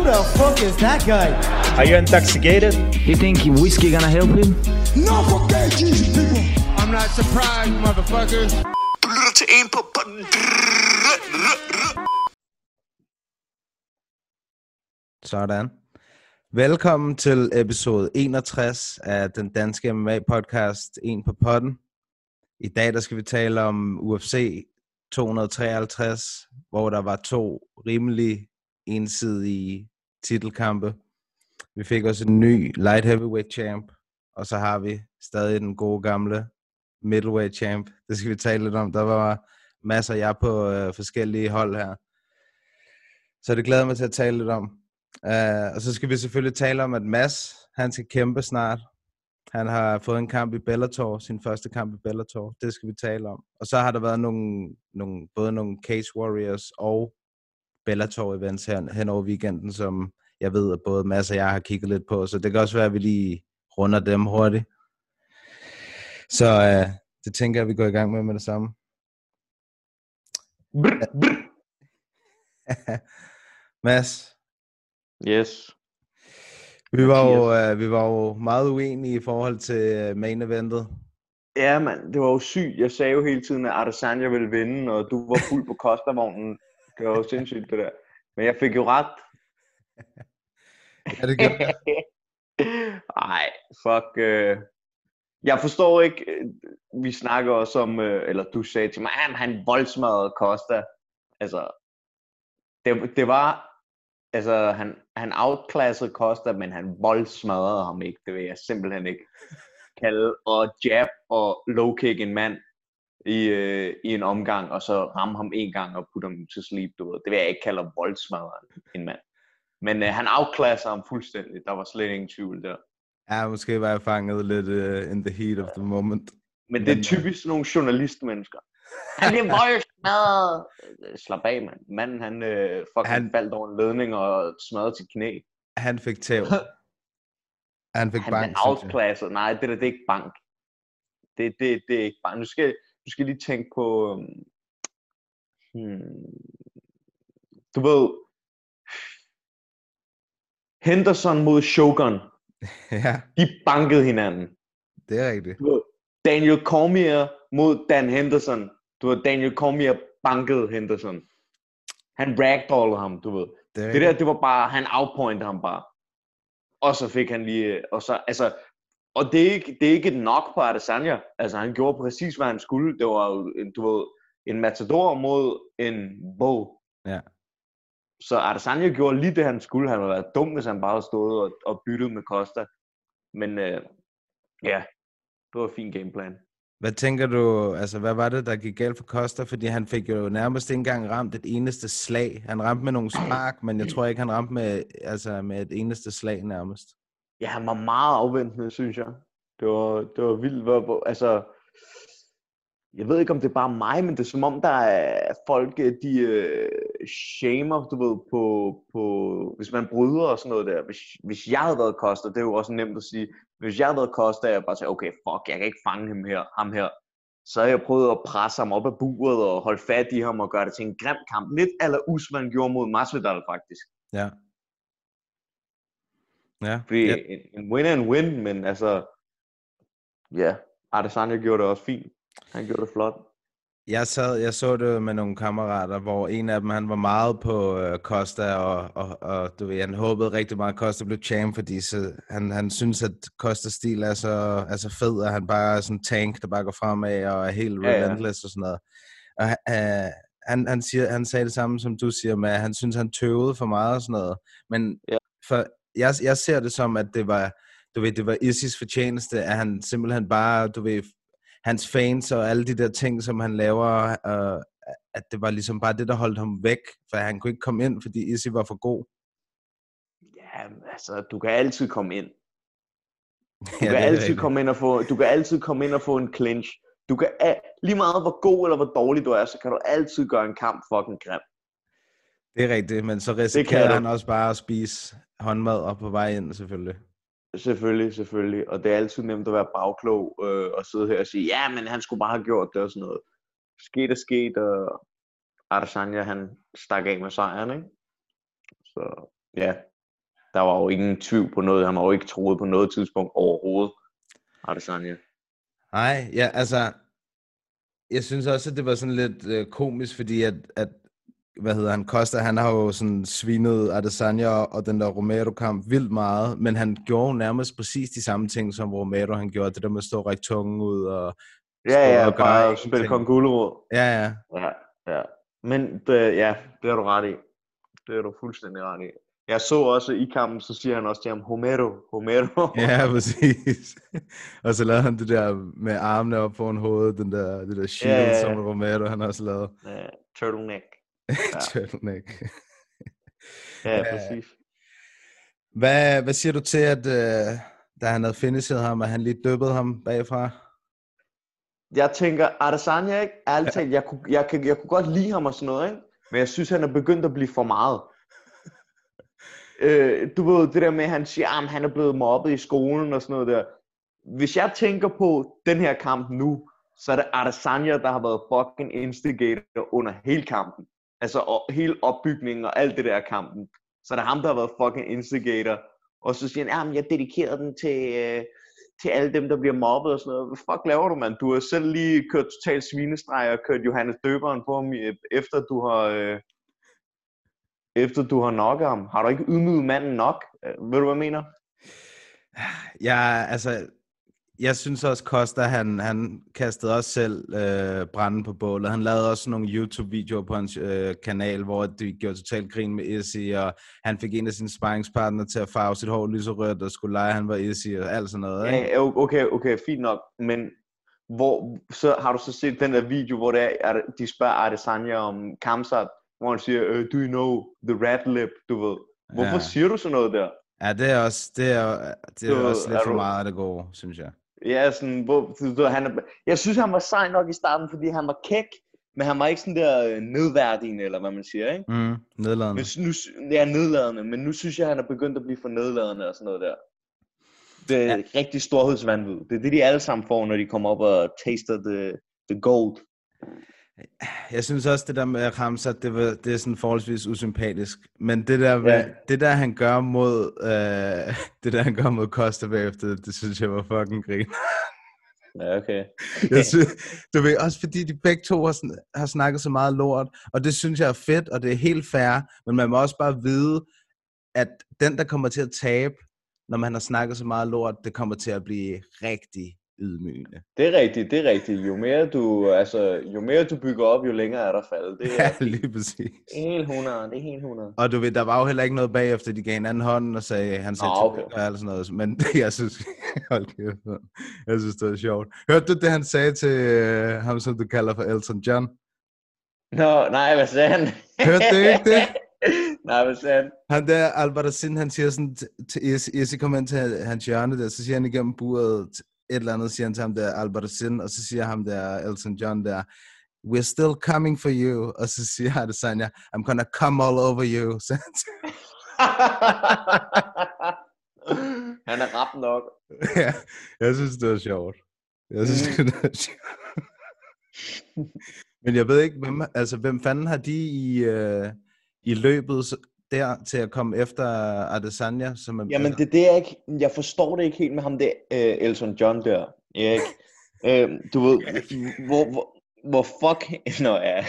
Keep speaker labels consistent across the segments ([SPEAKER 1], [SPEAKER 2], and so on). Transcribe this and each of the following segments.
[SPEAKER 1] the fuck is that guy?
[SPEAKER 2] Are you intoxicated?
[SPEAKER 3] You think whiskey gonna help him?
[SPEAKER 1] No, forget Jesus, people.
[SPEAKER 4] I'm not surprised, motherfuckers.
[SPEAKER 5] Du lytter til en på podden.
[SPEAKER 6] Sådan. Velkommen til episode 61 af den danske MMA-podcast En på podden. I dag der skal vi tale om UFC 253, hvor der var to rimelig ensidige titelkampe. Vi fik også en ny light heavyweight champ, og så har vi stadig den gode gamle middleweight champ. Det skal vi tale lidt om. Der var masser af jer på forskellige hold her. Så det glæder mig til at tale lidt om. Og så skal vi selvfølgelig tale om, at Mads, han skal kæmpe snart. Han har fået en kamp i Bellator, sin første kamp i Bellator. Det skal vi tale om. Og så har der været både nogle Cage Warriors og Bellator events hen over weekenden, som jeg ved, at både Mads og jeg har kigget lidt på. Så det kan også være, at vi lige runder dem hurtigt. Så det tænker jeg, vi går i gang med det samme. Mads.
[SPEAKER 7] Yes.
[SPEAKER 6] Vi var jo meget uenige i forhold til main eventet.
[SPEAKER 7] Ja, mand, det var jo sygt. Jeg sagde jo hele tiden, at Adesanya ville vinde, og du var fuld på Costa-vognen. Det var jo sindssygt, det der. Men jeg fik jo ret.
[SPEAKER 6] Ja, det gjorde jeg.
[SPEAKER 7] Ej, fuck. Jeg forstår ikke, vi snakker også om, eller du sagde til mig, at han voldsmadrede Costa. Altså, det var... Altså, han outklassede Costa, men han voldsmadrede ham ikke. Det vil jeg simpelthen ikke kalde. Og jab og low kick en mand i en omgang, og så ramme ham en gang og putte ham til sleep. Det vil jeg ikke kalde voldsmadrede en mand. Men han outklassede ham fuldstændig. Der var slet ingen tvivl der.
[SPEAKER 6] Ja, måske var jeg fanget lidt in the heat of the moment.
[SPEAKER 7] Men det er typisk nogle journalistmennesker. Han er voldsmadret. Slap af, mand. Manden, han faldt over en ledning og smadrede til knæ.
[SPEAKER 6] Han fik tæv. Han fik bank.
[SPEAKER 7] Han er outclasset. Nej, det er ikke bank. Det er ikke bank. Du skal lige tænke på... Du ved... Henderson mod Shogun.
[SPEAKER 6] Ja.
[SPEAKER 7] De bankede hinanden.
[SPEAKER 6] Det er rigtigt.
[SPEAKER 7] Du ved, Daniel Cormier mod Dan Henderson. Du ved, Daniel Cormier bankede Henderson. Han ragdollede ham, du ved. Det var bare, han outpointede ham bare. Og så fik han lige, og så, altså, og det er ikke et nok på Adesanya. Altså, han gjorde præcis, hvad han skulle. Det var jo, du ved, en matador mod en bog.
[SPEAKER 6] Ja.
[SPEAKER 7] Så Adesanya gjorde lige det, han skulle. Han havde været dum, hvis han bare havde stået og byttet med Costa. Men ja, det var en fin gameplan.
[SPEAKER 6] Hvad tænker du, altså hvad var det, der gik galt for Costa? Fordi han fik jo nærmest ikke engang ramt et eneste slag. Han ramte med nogle spark, men jeg tror ikke, han ramte med et eneste slag nærmest.
[SPEAKER 7] Ja, han var meget afventende, synes jeg. Det var vildt. Altså, jeg ved ikke, om det er bare mig, men det er som om, der er folk, de shamer, du ved, på hvis man bryder og sådan noget der. Hvis jeg havde været Costa, det er jo også nemt at sige, hvis jeg havde været Costa, jeg bare sagde, okay, fuck, jeg kan ikke fange ham her. Så har jeg prøvet at presse ham op af buret og holde fat i ham og gøre det til en grim kamp. Lidt eller Usman gjorde mod Masvidal, faktisk.
[SPEAKER 6] Ja. Ja.
[SPEAKER 7] Fordi en win er en win, men altså, ja, Adesanya gjorde det også fint. Han gjorde det flot. Jeg
[SPEAKER 6] så det med nogle kammerater, hvor en af dem, han var meget på Costa, og du ved, han håbede rigtig meget, at Costa blev champ, fordi han synes, at Costas stil er så fed, at han bare er sådan en tank, der bare går fremad og er helt relentless og sådan noget. Og han sagde det samme, som du siger, med at han synes, han tøvede for meget og sådan noget. Men for jeg ser det som, at det var Izzy's fortjeneste, at han simpelthen bare, du ved, hans fans og alle de der ting, som han laver, at det var ligesom bare det, der holdt ham væk, for han kunne ikke komme ind, fordi Izzy var for god.
[SPEAKER 7] Ja, altså, du kan altid komme ind. Du kan altid komme ind og få en clinch. Du kan lige meget hvor god eller hvor dårlig du er, så kan du altid gøre en kamp fucking grim.
[SPEAKER 6] Det er rigtigt, men så risikerer han også bare at spise håndmad og på vej ind, selvfølgelig.
[SPEAKER 7] Selvfølgelig. Og det er altid nemt at være bagklog og sidde her og sige, ja, men han skulle bare have gjort det og sådan noget. Sket, og Adesanya, han stak af med sejren, ikke? Så ja, der var jo ingen tvivl på noget. Han var jo ikke troet på noget tidspunkt overhovedet. Adesanya.
[SPEAKER 6] Nej, ja, altså, jeg synes også, at det var sådan lidt komisk, fordi at Costa, han har jo sådan svinet Adesanya og den der Romero-kamp vildt meget, men han gjorde nærmest præcis de samme ting, som Romero han gjorde, det der med at stå og række tungen ud og...
[SPEAKER 7] Ja, bare spille Kong Gulerod.
[SPEAKER 6] Ja.
[SPEAKER 7] Men det har du ret i. Det er du fuldstændig ret i. Jeg så også i kampen, så siger han også til ham, Homero.
[SPEAKER 6] Ja, præcis. Og så lavede han det der med armene op foran hovedet, det der shield, som Romero han også lavede.
[SPEAKER 7] Turtleneck.
[SPEAKER 6] Turtleneck.
[SPEAKER 7] Ja, præcis.
[SPEAKER 6] Hvad siger du til, at da han havde finishet ham, at han lige dyppede ham bagfra?
[SPEAKER 7] Jeg tænker, Adesanya, ikke? Ærligt talt, jeg kunne godt lide ham og sådan noget, ikke? Men jeg synes, han er begyndt at blive for meget. Du ved, det der med, at han siger, at han er blevet mobbet i skolen og sådan noget der. Hvis jeg tænker på den her kamp nu, så er det Adesanya, der har været fucking instigator under hele kampen. Altså hele opbygningen og alt det der kampen. Så er det ham, der har været fucking instigator. Og så siger han, jeg dedikerede den til alle dem, der bliver mobbet og sådan noget. Hvad fuck laver du, mand? Du har selv lige kørt total svinestreg og kørt Johannes Døberen på ham, efter du har knocket ham. Har du ikke ydmyget manden nok? Ved du, hvad jeg mener?
[SPEAKER 6] Ja, altså... Jeg synes også, Costa, han kastede også selv branden på bålet. Han lavede også nogle YouTube-videoer på hans kanal, hvor de gjorde totalt grin med Izzy, og han fik en af sine sparringspartnere til at farve sit hår lyserødt, og skulle lege, han var Izzy, og alt sådan noget. Ikke?
[SPEAKER 7] Ja, okay, fint nok. Men så har du så set den der video, hvor de spørger Adesanya om Khamzat, hvor han siger, do you know the rat lip, du ved. Hvorfor siger du sådan noget der?
[SPEAKER 6] Ja, det er også lidt for meget af det gode, synes jeg.
[SPEAKER 7] Ja, sådan, jeg synes, han var sej nok i starten, fordi han var kæk, men han var ikke sådan der nedværdigende, eller hvad man siger, ikke?
[SPEAKER 6] Nedladende.
[SPEAKER 7] Nedladende, men nu synes jeg, han er begyndt at blive for nedladende og sådan noget der. Det er rigtig storhedsvanvid. Det er det, de alle sammen får, når de kommer op og taster the gold.
[SPEAKER 6] Jeg synes også, det der med Khamzat, det er sådan forholdsvis usympatisk. Men det der han gør mod Costa bagefter, det synes jeg var fucking grin.
[SPEAKER 7] Ja, okay.
[SPEAKER 6] Jeg synes, du ved, også fordi de begge to har snakket så meget lort, og det synes jeg er fedt, og det er helt fair, men man må også bare vide, at den, der kommer til at tabe, når man har snakket så meget lort, det kommer til at blive rigtig ydmygende.
[SPEAKER 7] Det er rigtigt. Jo mere du bygger op, jo længere er der faldet. Det er
[SPEAKER 6] lige præcis.
[SPEAKER 7] Det er helt 100.
[SPEAKER 6] Og du ved, der var jo heller ikke noget bagefter, de gav en anden hånd og sagde, han sagde okay. Og alt sådan noget. Men jeg synes, det var sjovt. Hørte du det, han sagde til ham, som du kalder for Elton John?
[SPEAKER 7] Nej, hvad sagde han?
[SPEAKER 6] Hørte du ikke det?
[SPEAKER 7] Nej, hvad sagde han?
[SPEAKER 6] Han der, Albarracin, han siger sådan, til Izzy kommer ind til hans hjørne der, så siger han igennem buret, et eller andet, siger han til ham der, Albarracin, og så siger ham der, Elton John der, we're still coming for you, og så siger Adesanya, I'm gonna come all over you.
[SPEAKER 7] Han er rap nok.
[SPEAKER 6] Ja, jeg synes, det var sjovt. Men jeg ved ikke, hvem fanden har de i løbet der til at komme efter Adesanya?
[SPEAKER 7] Jamen det er det, jeg forstår det ikke helt med ham der, Elton John der, Erik. Du ved, hvor fuck... Nå ja.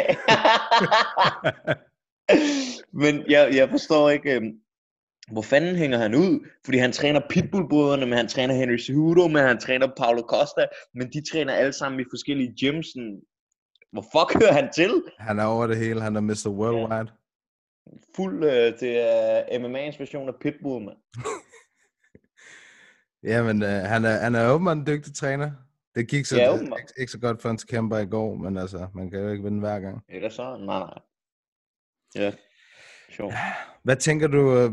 [SPEAKER 7] Men jeg forstår ikke, hvor fanden hænger han ud? Fordi han træner Pitbull-brødrene, men han træner Henry Cejudo, men han træner Paulo Costa, men de træner alle sammen i forskellige gyms. Hvor fuck hører han til?
[SPEAKER 6] Han er over det hele, han er Mr. Worldwide.
[SPEAKER 7] Det er MMA's version af Pitbull, mand.
[SPEAKER 6] Jamen, han er åbenbart en dygtig træner. Det gik så ikke så godt for hans kæmper i går, men altså, man kan jo ikke vinde hver gang.
[SPEAKER 7] Ikke så? Nej. Ja, sjovt.
[SPEAKER 6] Hvad tænker du,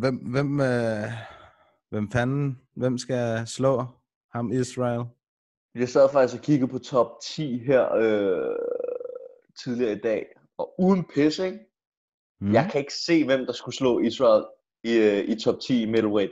[SPEAKER 6] hvem skal slå ham, Israel?
[SPEAKER 7] Jeg sad faktisk og kiggede på top 10 her tidligere i dag, og uden pis, ikke? Jeg kan ikke se, hvem der skulle slå Israel i top 10 i middleweight.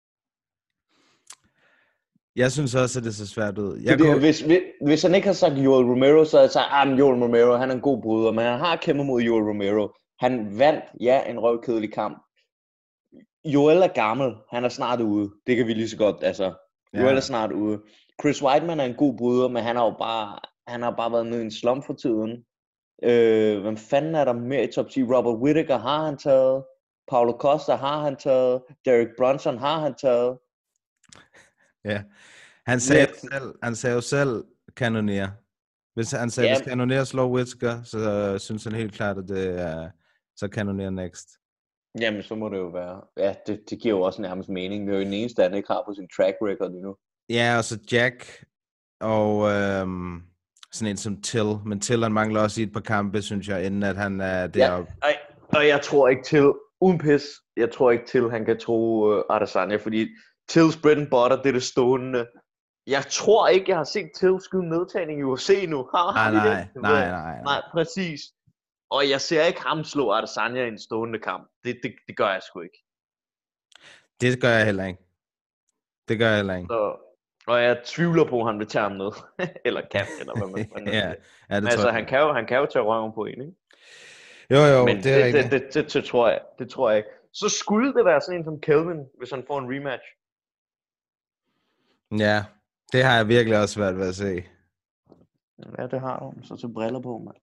[SPEAKER 6] Jeg synes også, at det er så svært ud.
[SPEAKER 7] Hvis han ikke har sagt Yoel Romero, så havde jeg sagt, Yoel Romero, han er en god bryder, men han har kæmpet mod Yoel Romero. Han vandt, en røvkedelig kamp. Joel er gammel. Han er snart ude. Det kan vi lige så godt, altså. Joel er snart ude. Chris Weidman er en god bryder, men han har bare været nede i en slump for tiden. Hvem fanden er der mere i top 10? Robert Whittaker har han taget. Paulo Costa har han taget. Derek Brunson har han taget.
[SPEAKER 6] Ja. Han sagde jo selv Cannonier. Hvis han sagde, hvis Cannonier slår Whittaker, så synes han helt klart, at det er så Cannonier next. Jamen,
[SPEAKER 7] så må det jo være. Ja, det giver jo også nærmest mening. Det er jo den eneste, han ikke har på sin track record endnu.
[SPEAKER 6] Ja, og så Jack og sådan en som Till. Men Till, han mangler også i et par kampe, synes jeg, inden at han er deroppe.
[SPEAKER 7] Ja, og jeg tror ikke Till, uden pis, jeg tror ikke Till, han kan tro Adesanya, fordi Tills bread and butter, det er det stående. Jeg tror ikke, jeg har set Till skyde nedtagning i UFC nu. Nej, præcis. Og jeg ser ikke ham slå Adesanya i en stående kamp. Det gør jeg sgu ikke.
[SPEAKER 6] Det gør jeg heller ikke.
[SPEAKER 7] Og jeg tvivler på, at han vil tage ham ned. Eller kan, eller hvad man
[SPEAKER 6] ja, det
[SPEAKER 7] altså, han kan jo tage røven på en, ikke?
[SPEAKER 6] Jo,
[SPEAKER 7] men
[SPEAKER 6] det er rigtigt.
[SPEAKER 7] Det tror jeg ikke. Så skulle det være sådan en som Kelvin, hvis han får en rematch.
[SPEAKER 6] Ja, det har jeg virkelig også været ved at se.
[SPEAKER 7] Ja, det har du. Så til briller på, mand.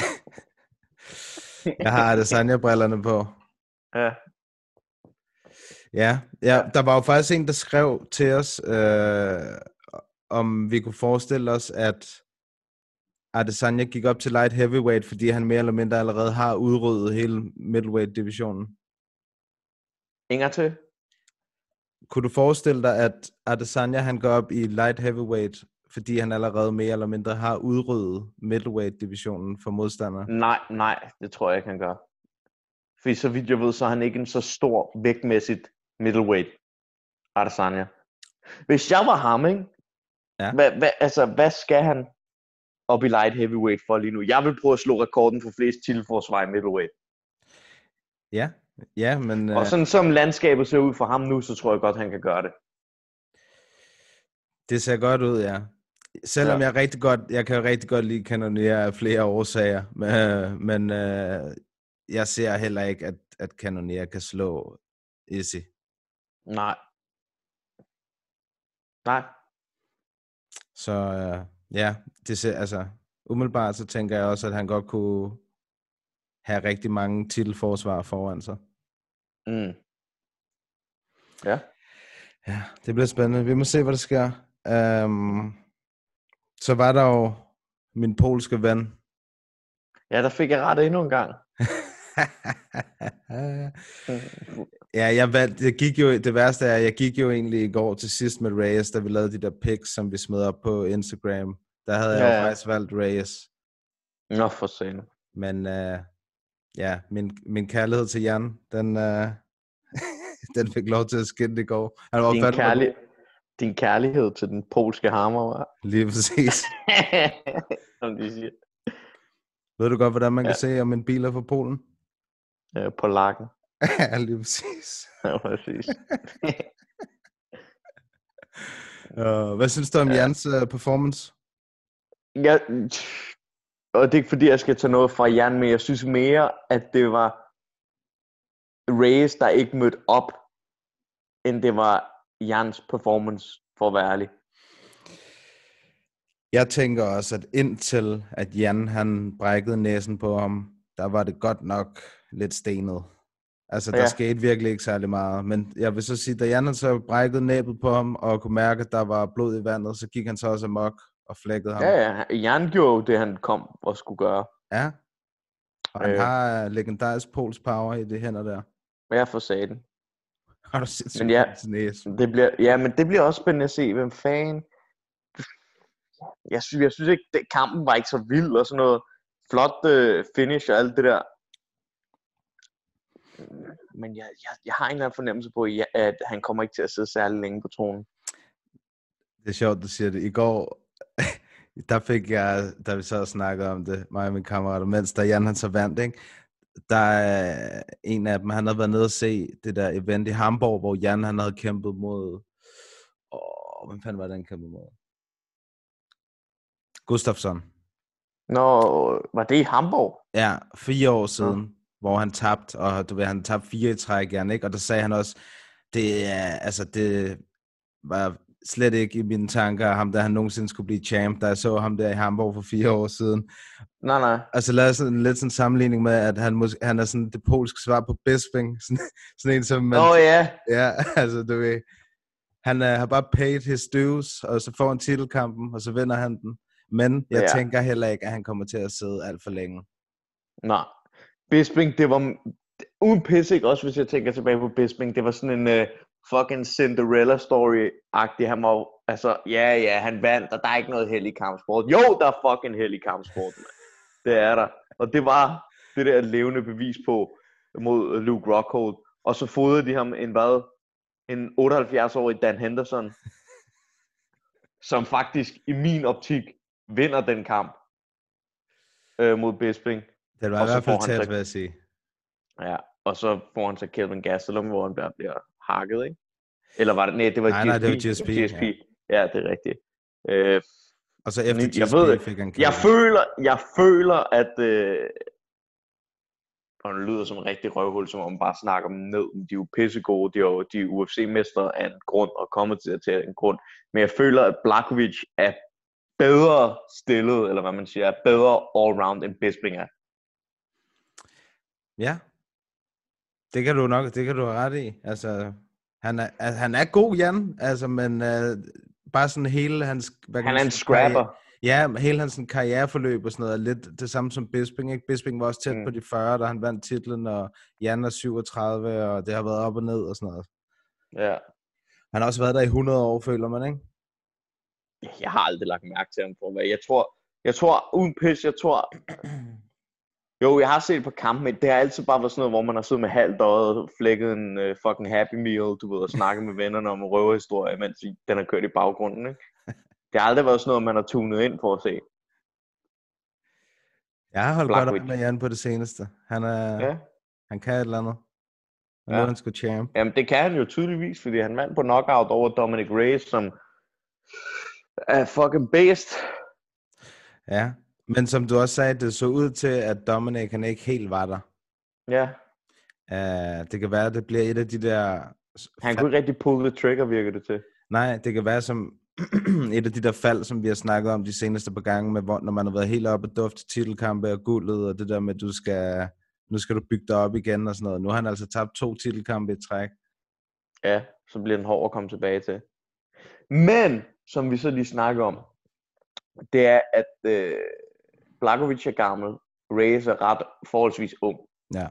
[SPEAKER 6] Jeg har Adesanya-brillerne på.
[SPEAKER 7] Ja.
[SPEAKER 6] Ja, der var jo faktisk en, der skrev til os, om vi kunne forestille os, at Adesanya gik op til light heavyweight, fordi han mere eller mindre allerede har udryddet hele middleweight-divisionen.
[SPEAKER 7] Inger til.
[SPEAKER 6] Kunne du forestille dig, at Adesanya han går op i light heavyweight, fordi han allerede mere eller mindre har udryddet middleweight-divisionen for modstandere?
[SPEAKER 7] Nej, det tror jeg ikke, han gør. Fordi så vidt jeg ved, så er han ikke en så stor vægtmæssigt middleweight, Adesanya. Hvis jeg var ham, ikke?
[SPEAKER 6] Ja.
[SPEAKER 7] Hvad skal han op i light heavyweight for lige nu? Jeg vil prøve at slå rekorden for flest titelforsvar i middleweight.
[SPEAKER 6] Ja, men...
[SPEAKER 7] Og sådan som landskabet ser ud for ham nu, så tror jeg godt, han kan gøre det.
[SPEAKER 6] Det ser godt ud, ja. Selvom jeg kan jo rigtig godt lide Cannonier af flere årsager, men jeg ser heller ikke, at Cannonier kan slå Izzy.
[SPEAKER 7] Nej.
[SPEAKER 6] Så ja, det ser, altså umiddelbart så tænker jeg også, at han godt kunne have rigtig mange titelforsvar foran sig.
[SPEAKER 7] Mm. Ja.
[SPEAKER 6] Ja, det bliver spændende. Vi må se, hvad der sker. Så var der jo min polske ven.
[SPEAKER 7] Ja, der fik jeg ret endnu en gang.
[SPEAKER 6] Ja, det værste er, at jeg gik jo egentlig i går til sidst med Reyes, da vi lavede de der pics, som vi smed op på Instagram. Der havde jeg jo faktisk valgt Reyes.
[SPEAKER 7] Nå, for sent.
[SPEAKER 6] Men ja, min kærlighed til Jan, den fik lov til at skinne i går. Han var
[SPEAKER 7] din kærlighed til den polske hammer, var?
[SPEAKER 6] Lige præcis.
[SPEAKER 7] Som de siger.
[SPEAKER 6] Ved du godt, hvordan man kan se, om en bil er fra Polen?
[SPEAKER 7] På lakken.
[SPEAKER 6] Ja, lige præcis.
[SPEAKER 7] Ja, præcis.
[SPEAKER 6] Hvad synes du om Jans performance?
[SPEAKER 7] Ja, og det er ikke fordi, jeg skal tage noget fra Jan, men jeg synes mere, at det var Reyes, der ikke mødte op, end det var Jans performance, for at være ærlig.
[SPEAKER 6] Jeg tænker også, at indtil at Jan han brækkede næsen på ham, der var det godt nok lidt stenet. Altså, der skete virkelig ikke særlig meget. Men jeg vil så sige, da Jan så brækkede næbet på ham, og kunne mærke, at der var blod i vandet, så gik han så også amok og flækkede ham.
[SPEAKER 7] Ja, Jan gjorde det, han kom og skulle gøre.
[SPEAKER 6] Ja, og han har legendarisk polsk power i det hænder der.
[SPEAKER 7] Ja, for satan.
[SPEAKER 6] Har du set
[SPEAKER 7] men det bliver også spændende at se, hvem fanden. Jeg synes ikke, kampen var ikke så vild og sådan noget flot finish og alt det der. Men jeg har en eller anden fornemmelse på, at han kommer ikke til at sidde særlig længe på tronen.
[SPEAKER 6] Det er sjovt, du siger det. I går, der fik jeg, da vi så snakkede om det, mig og mine kammerater, mens der Jan han så vandt, ikke? Der er en af dem, han havde været nede og se det der event i Hamburg, hvor Jan han havde kæmpet mod, hvem fanden var det, han kæmpede mod? Gustafsson.
[SPEAKER 7] Nå, var det i Hamburg?
[SPEAKER 6] Ja, 4 år siden. hvor han tabte, og du ved, han tabte 4 i træk igen, ikke? Og der sagde han også, det var slet ikke i mine tanker, ham der han nogensinde skulle blive champ, da jeg så ham der i Hamburg for 4 år siden.
[SPEAKER 7] Nej.
[SPEAKER 6] Altså lavede sådan lidt sådan en sammenligning med, at han er sådan det polske svar på Bisping. Sådan en som man... Ja, altså du ved, han har bare paid his dues, og så får han titelkampen, og så vinder han den. Men jeg tænker heller ikke, at han kommer til at sidde alt for længe.
[SPEAKER 7] Nej. Bisping, det var uden pisse, ikke? Også hvis jeg tænker tilbage på Bisping, det var sådan en fucking Cinderella story-agtig. Han var altså, han vandt, og der er ikke noget held i kampsport. Jo, der er fucking held i kampsport, man. Det er der. Og det var det der levende bevis på mod Luke Rockhold. Og så fodrede de ham en 78-årig Dan Henderson, som faktisk i min optik vinder den kamp mod Bisping.
[SPEAKER 6] Det var i hvert fald tæt, vil jeg sige.
[SPEAKER 7] Ja, og så får han så Kelvin Gastelum, hvor han bliver hakket, ikke? Eller var det? Nej, det var GSP.
[SPEAKER 6] Nej, det var GSP.
[SPEAKER 7] Ja, det er rigtigt.
[SPEAKER 6] Og så efter GSP fik han
[SPEAKER 7] jeg føler, at og det lyder som en rigtig røvhul, som om man bare snakker om ned. De er jo pissegode, de er UFC-mestre af en grund, og kommer til en grund. Men jeg føler, at Blachowicz er bedre stillet, eller hvad man siger, er bedre all-round end Bisping er.
[SPEAKER 6] Ja, det kan du have ret i. Altså, han er god, Jan, altså, men bare sådan hele hans...
[SPEAKER 7] Han er en scrapper.
[SPEAKER 6] Ja, hele hans karriereforløb og sådan noget er lidt det samme som Bisping, ikke? Bisping var også tæt på de 40, da han vandt titlen, og Jan er 37, og det har været op og ned og sådan noget.
[SPEAKER 7] Ja.
[SPEAKER 6] Han har også været der i 100 år, føler man, ikke?
[SPEAKER 7] Jeg har aldrig lagt mærke til ham på, hvad jeg tror, uden pis, jo, jeg har set på kampen, men det har altid bare været sådan noget, hvor man har siddet med halvt øjet og flækket en fucking Happy Meal, du ved, og snakket med vennerne om røverhistorier, mens den har kørt i baggrunden, ikke? Det har aldrig været sådan noget, man har tunet ind for at se.
[SPEAKER 6] Jeg har holdt godt op med Jan på det seneste. Han kan et eller andet. Nu han skulle champ.
[SPEAKER 7] Jamen, det kan han jo tydeligvis, fordi han vandt på knockout over Dominic Reyes, som er fucking beast.
[SPEAKER 6] Ja, men som du også sagde, det så ud til, at Dominic han ikke helt var der.
[SPEAKER 7] Ja.
[SPEAKER 6] Det kan være, at det bliver et af de der...
[SPEAKER 7] Han kunne ikke rigtig pull the trigger, virker det til.
[SPEAKER 6] Nej, det kan være som et af de der fald, som vi har snakket om de seneste par gange, med, når man har været helt oppe og dufte titelkampe og guldet, og det der med, at nu skal du bygge dig op igen og sådan noget. Nu har han altså tabt 2 titelkampe i træk.
[SPEAKER 7] Ja, så bliver den hård at komme tilbage til. Men, som vi så lige snakker om, det er, at Blachowicz er gammel, Reyes er ret forholdsvis ung.
[SPEAKER 6] Ja.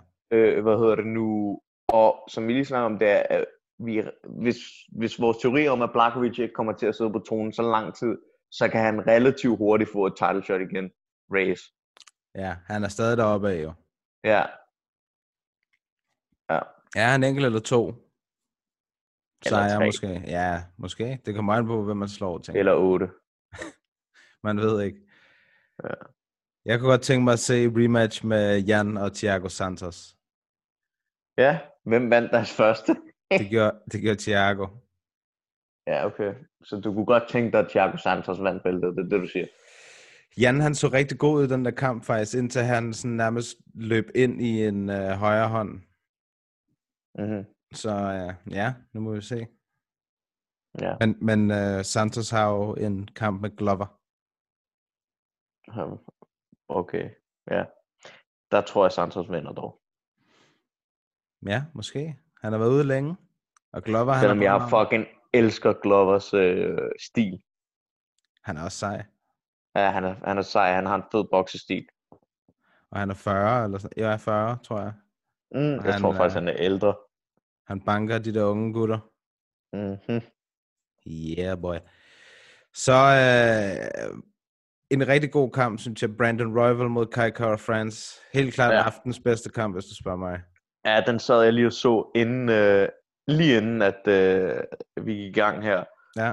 [SPEAKER 7] Og som vi lige snakker om, det er, at hvis vores teori om, at Blachowicz ikke kommer til at sidde på tronen så lang tid, så kan han relativt hurtigt få et title shot igen, Reyes.
[SPEAKER 6] Ja, han er stadig deroppe af jo.
[SPEAKER 7] Ja.
[SPEAKER 6] Ja, en enkelt eller 2.
[SPEAKER 7] Eller 3.
[SPEAKER 6] Måske. Ja, måske. Det kommer an på, hvem man slår, tænker.
[SPEAKER 7] Eller 8.
[SPEAKER 6] Man ved ikke.
[SPEAKER 7] Ja.
[SPEAKER 6] Jeg kunne godt tænke mig at se rematch med Jan og Thiago Santos.
[SPEAKER 7] Ja, hvem vandt deres første?
[SPEAKER 6] det gjorde Thiago.
[SPEAKER 7] Ja, okay. Så du kunne godt tænke dig, at Thiago Santos vandt bæltet, det er det, du siger?
[SPEAKER 6] Jan, han så rigtig god ud i den der kamp faktisk, indtil han sådan nærmest løb ind i en højre hånd.
[SPEAKER 7] Mm-hmm.
[SPEAKER 6] Så ja, nu må vi se.
[SPEAKER 7] Ja.
[SPEAKER 6] Men Santos har jo en kamp med Glover.
[SPEAKER 7] Okay, ja. Der tror jeg, Santos vinder dog.
[SPEAKER 6] Ja, måske. Han har været ude længe. Og Glover,
[SPEAKER 7] selvom jeg fucking elsker Glovers stil.
[SPEAKER 6] Han er også sej.
[SPEAKER 7] Ja, han er sej. Han har en fed boksestil.
[SPEAKER 6] Og han er 40, eller sådan. Jeg er 40, tror jeg.
[SPEAKER 7] Jeg tror faktisk, han er ældre.
[SPEAKER 6] Han banker de der unge gutter.
[SPEAKER 7] Mm-hmm.
[SPEAKER 6] Yeah, boy. Så en rigtig god kamp, synes jeg. Brandon Royval mod Kai Kara France. Helt klart aftens bedste kamp, hvis du spørger mig.
[SPEAKER 7] Ja, den sad jeg lige og så lige inden, at vi gik i gang her.
[SPEAKER 6] Ja.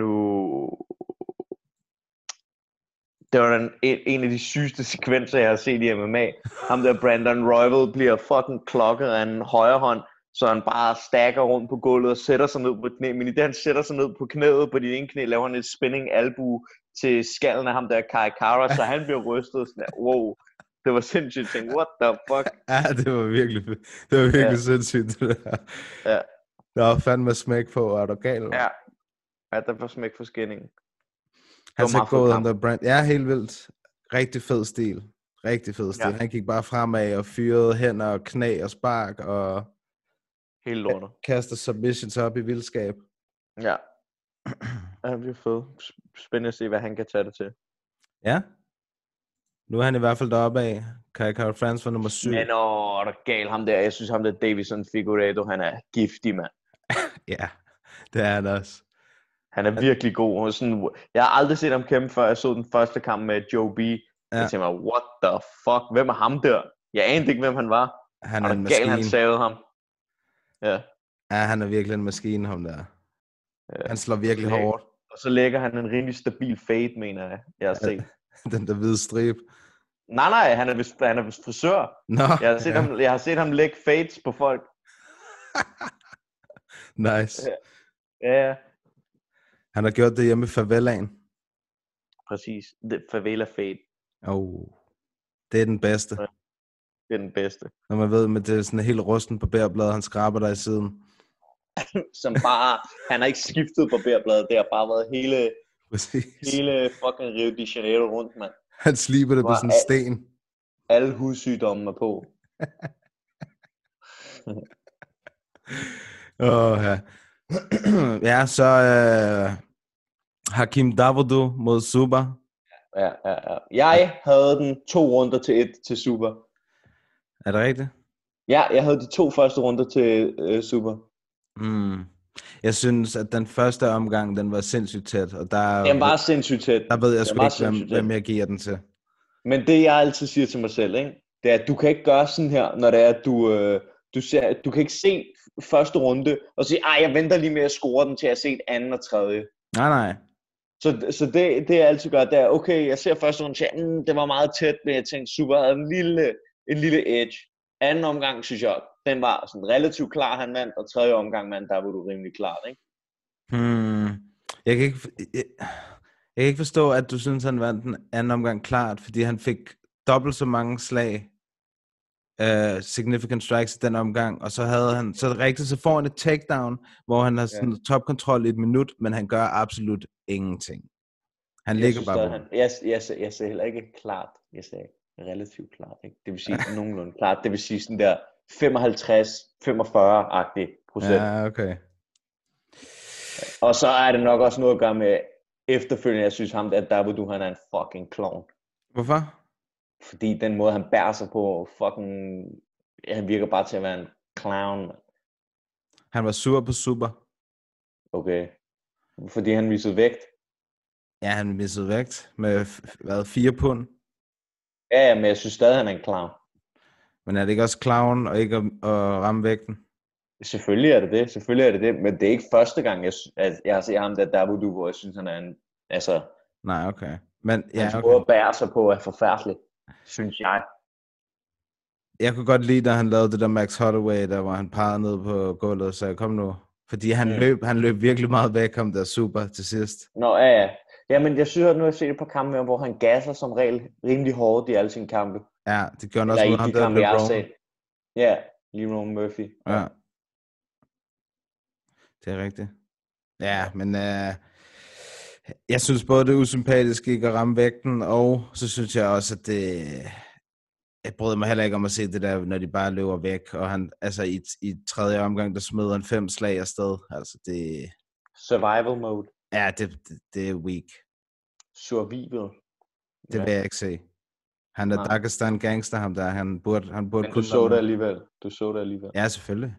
[SPEAKER 7] Det var en af de sygeste sekvenser, jeg har set i MMA. Ham der Brandon Royval bliver fucking klokket af en højre hånd, så han bare stakker rundt på gulvet og sætter sig ned på knæ. Men i det, han sætter sig ned på knæet på dit ene knæ, laver han et spinning albue til skallen af ham der Kai Kara, så han bliver rystet sådan der, wow. Det var sindssygt. Jeg tænkte, what the fuck?
[SPEAKER 6] Ja, det var virkelig sindssygt, det der.
[SPEAKER 7] Ja.
[SPEAKER 6] Der var fandme smæk på, er du gal?
[SPEAKER 7] Ja. Ja, der var smæk for skinningen.
[SPEAKER 6] Han
[SPEAKER 7] var
[SPEAKER 6] så
[SPEAKER 7] meget
[SPEAKER 6] gået
[SPEAKER 7] fed
[SPEAKER 6] under brand. Ja, helt vildt. Rigtig fed stil.
[SPEAKER 7] Ja.
[SPEAKER 6] Han gik bare fremad og fyrede hænder og knæ og spark og
[SPEAKER 7] Helt lortet.
[SPEAKER 6] kaster submissions op i vildskab.
[SPEAKER 7] Ja. Ja, det bliver fedt. Spændende at se, hvad han kan tage det til.
[SPEAKER 6] Ja. Nu er han i hvert fald deroppe af. Kara France var nummer 7.
[SPEAKER 7] Men der er gal ham der. Jeg synes ham der Davison Figueiredo, han er giftig, mand.
[SPEAKER 6] Ja, det er han også.
[SPEAKER 7] Han er virkelig god. Sådan, jeg har aldrig set ham kæmpe, før jeg så den første kamp med Joe B. Jeg tænkte mig, what the fuck? Hvem er ham der? Jeg anede ikke, hvem han var.
[SPEAKER 6] Han er en maskine.
[SPEAKER 7] Gal, han savede ham. Ja.
[SPEAKER 6] Ja, han er virkelig en maskine, ham der. Ja. Han slår virkelig hårdt.
[SPEAKER 7] Og så lægger han en rimelig stabil fade, mener jeg har set.
[SPEAKER 6] Den der hvide stribe.
[SPEAKER 7] Nej, han er vist frisør.
[SPEAKER 6] Nå,
[SPEAKER 7] Jeg har set ham lægge fades på folk.
[SPEAKER 6] Nice.
[SPEAKER 7] Ja.
[SPEAKER 6] Han har gjort det hjemme i favelaen.
[SPEAKER 7] Præcis. Favela fade.
[SPEAKER 6] Det er den bedste.
[SPEAKER 7] Det er den bedste.
[SPEAKER 6] Når man ved, at det er sådan en helt rusten barberblad, han skraber der i siden.
[SPEAKER 7] Som bare, han har ikke skiftet barberbladet, det har bare været hele fucking Rio de Janeiro rundt, mand.
[SPEAKER 6] Han sliber det på sådan en sten.
[SPEAKER 7] Alle hudsygdomme er på.
[SPEAKER 6] Ja, så Hakeem Dawodu mod Super.
[SPEAKER 7] Ja. Jeg havde den 2 runder til 1 til Super.
[SPEAKER 6] Er det rigtigt?
[SPEAKER 7] Ja, jeg havde de 2 første runder til Super.
[SPEAKER 6] Jeg synes, at den første omgang, den var sindssygt tæt. Og
[SPEAKER 7] den var sindssygt tæt.
[SPEAKER 6] Der ved jeg sgu ikke, hvem jeg giver den til. Men
[SPEAKER 7] det, jeg altid siger til mig selv, ikke? Det er, at du kan ikke gøre sådan her, når det er, at du kan ikke se første runde, og sige, jeg venter lige med at score den, til jeg har set anden og tredje.
[SPEAKER 6] Nej.
[SPEAKER 7] Så det jeg altid gør, det er, okay, jeg ser første runde, det var meget tæt, men jeg tænkte, Super havde en lille edge. Anden omgang, synes jeg, den var sådan relativt klar, han vandt, og tredje omgang, der var du rimelig klart, ikke?
[SPEAKER 6] Jeg kan ikke forstå, at du synes, han vandt den anden omgang klart, fordi han fik dobbelt så mange slag, significant strikes i den omgang, og så havde han, så får han et takedown, hvor han har sådan topkontrol i 1 minut, men han gør absolut ingenting. Han ligger bare på.
[SPEAKER 7] Jeg ser heller ikke klart, jeg ser relativt klart, ikke? Det vil sige nogenlunde klart, det vil sige sådan der 55-45-agtig procent.
[SPEAKER 6] Ja, okay.
[SPEAKER 7] Og så er det nok også noget at gøre med efterfølgende, jeg synes ham, at Dawodu, han er en fucking clown.
[SPEAKER 6] Hvorfor?
[SPEAKER 7] Fordi den måde, han bærer sig på, fucking, han virker bare til at være en clown.
[SPEAKER 6] Han var sur på Super.
[SPEAKER 7] Okay. Fordi han missede vægt?
[SPEAKER 6] Ja, han missede vægt med 4 pund.
[SPEAKER 7] Ja, men jeg synes stadig, han er en clown.
[SPEAKER 6] Men er det ikke også clown og ikke at ramme vægten?
[SPEAKER 7] Selvfølgelig er det det, men det er ikke første gang, jeg har set ham der Dawodu, hvor jeg synes, han er en, altså...
[SPEAKER 6] Nej, okay. Men
[SPEAKER 7] hans måde at bære sig på er forfærdelig, synes jeg.
[SPEAKER 6] Jeg kunne godt lide, da han lavede det der Max Holloway, der hvor han pegede ned på gulvet, så jeg kom nu. Fordi han løb virkelig meget væk, kom der Super til sidst.
[SPEAKER 7] Nå, ja. Ja, men jeg synes, at nu har jeg set et par kampe, hvor han gasser som regel rimelig hårdt i alle sine kampe.
[SPEAKER 6] Ja, det gør han også mod ham der LeBron.
[SPEAKER 7] Ja, LeBron Murphy.
[SPEAKER 6] Ja. Det er rigtigt. Ja, men jeg synes både det er usympatisk ikke at ramme vægten, og så synes jeg også, at det... Jeg bryder mig heller ikke om at se det der, når de bare løber væk, og han, altså i tredje omgang, der smider han 5 slag afsted. Altså det...
[SPEAKER 7] Survival mode.
[SPEAKER 6] Ja, det er weak.
[SPEAKER 7] Survival.
[SPEAKER 6] Det vil jeg ikke se. Han er Dagestan gangster, ham der. Han burde
[SPEAKER 7] men du så det alligevel.
[SPEAKER 6] Ja, selvfølgelig.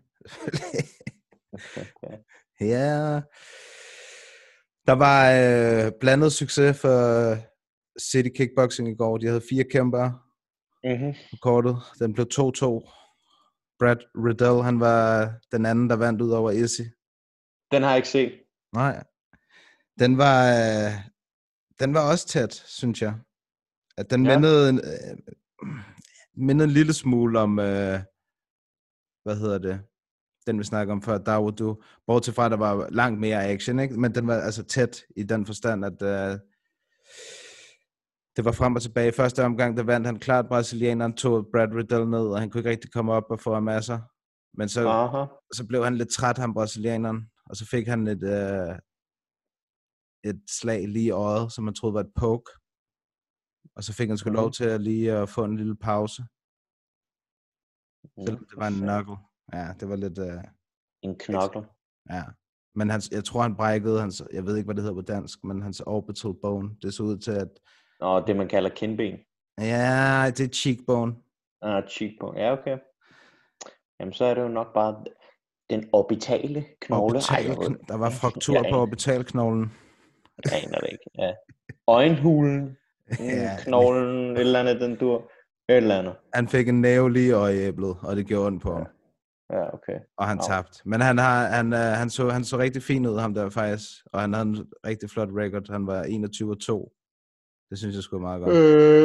[SPEAKER 6] Ja. Der var blandet succes for City Kickboxing i går. De havde 4 kæmpere på kortet. Den blev 2-2. Brad Riddell, han var den anden, der vandt ud over Izzy.
[SPEAKER 7] Den har jeg ikke set.
[SPEAKER 6] Nej. Den var også tæt, synes jeg. At den mindede en lille smule om, den vi snakker om før, Dawodu. Bortset fra, der var langt mere action, ikke? Men den var altså tæt i den forstand, at Det var frem og tilbage. I første omgang, der vandt han klart. Brasilianeren tog Brad Riddell ned, og han kunne ikke rigtig komme op og få masser. Men så blev han lidt træt, ham brasilianeren. Og så fik han et slag lige i øjet, som man troede var et poke. Og så fik han sgu lov til at lige at få en lille pause. Selvom det var en knuckle. Ja, det var lidt...
[SPEAKER 7] en knuckle?
[SPEAKER 6] Ja. Men jeg tror, han brækkede hans... Jeg ved ikke, hvad det hedder på dansk, men hans orbital bone. Det så ud til, at...
[SPEAKER 7] Det man kalder kindben?
[SPEAKER 6] Ja, det er cheekbone.
[SPEAKER 7] Cheekbone. Ja, okay. Jamen, så er det jo nok bare den orbitale knogle.
[SPEAKER 6] Der var fraktur på orbitalknoglen.
[SPEAKER 7] Jeg aner det ikke, ja. Øjenhulen, knoglen, et eller andet, den dur. Et eller andet.
[SPEAKER 6] Han fik en næve lige i øjeæblet, og det gjorde ondt på ham.
[SPEAKER 7] Ja, okay.
[SPEAKER 6] Og han tabte. Men han så rigtig fin ud, ham der faktisk. Og han havde en rigtig flot record. Han var 21-2. Det synes jeg sgu meget godt.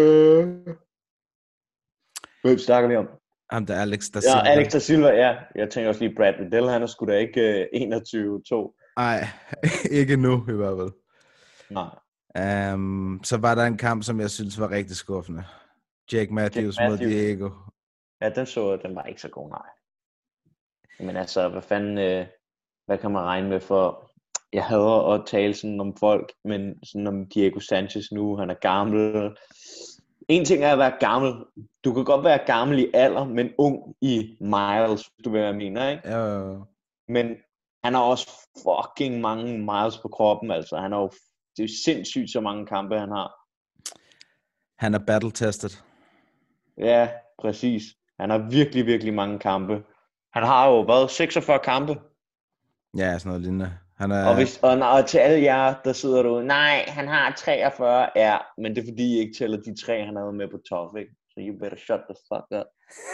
[SPEAKER 7] Hvem snakker vi om?
[SPEAKER 6] Ham der Alex da Silva.
[SPEAKER 7] Ja, Alex da Silva, ja. Jeg tænker også lige Brad Riddell, han er sgu da ikke 21-2.
[SPEAKER 6] Nej, ikke nu i hvert fald.
[SPEAKER 7] Nej.
[SPEAKER 6] Så var der en kamp, som jeg synes var rigtig skuffende. Jake Matthews mod Diego.
[SPEAKER 7] Ja, den var ikke så god, nej. Men altså, hvad kan man regne med for... Jeg hader at tale sådan om folk, men sådan om Diego Sanchez nu, han er gammel. En ting er at være gammel. Du kan godt være gammel i alder, men ung i miles, du ved, hvad jeg mener, ikke?
[SPEAKER 6] Ja.
[SPEAKER 7] Men han har også fucking mange miles på kroppen, altså. Det er jo sindssygt, så mange kampe han har. Han
[SPEAKER 6] er battle-tested.
[SPEAKER 7] Ja, præcis. Han har virkelig, virkelig mange kampe. Han har jo 46 kampe.
[SPEAKER 6] Ja, sådan noget lignende.
[SPEAKER 7] Og til alle jer, der sidder derude, nej, han har 43, ja, men det er fordi, I ikke tæller de 3, han havde med på top, ikke? Så you better shut the fuck up.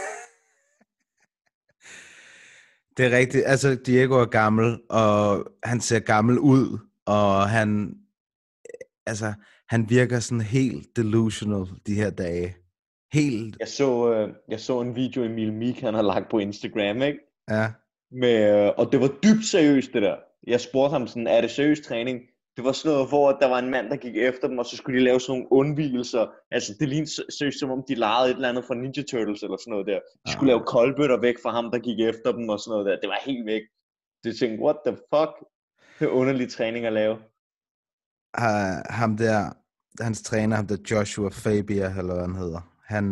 [SPEAKER 6] Det er rigtigt, altså Diego er gammel, og han ser gammel ud, og han virker sådan helt delusional de her dage. Helt.
[SPEAKER 7] Jeg så en video, Emil Meek, han har lagt på Instagram, ikke?
[SPEAKER 6] Ja.
[SPEAKER 7] Og det var dybt seriøst, det der. Jeg spurgte ham sådan, er det seriøs træning? Det var sådan noget, hvor der var en mand, der gik efter dem, og så skulle de lave sådan nogle undvigelser. Altså, det lignede seriøst, som om de legede et eller andet fra Ninja Turtles eller sådan noget der. De skulle lave koldbøtter væk fra ham, der gik efter dem og sådan noget der. Det var helt væk. Det tænkte, what the fuck? Det er underlig træning at lave.
[SPEAKER 6] Ham der, hans træner, ham der Joshua Fabia, eller hvad han hedder.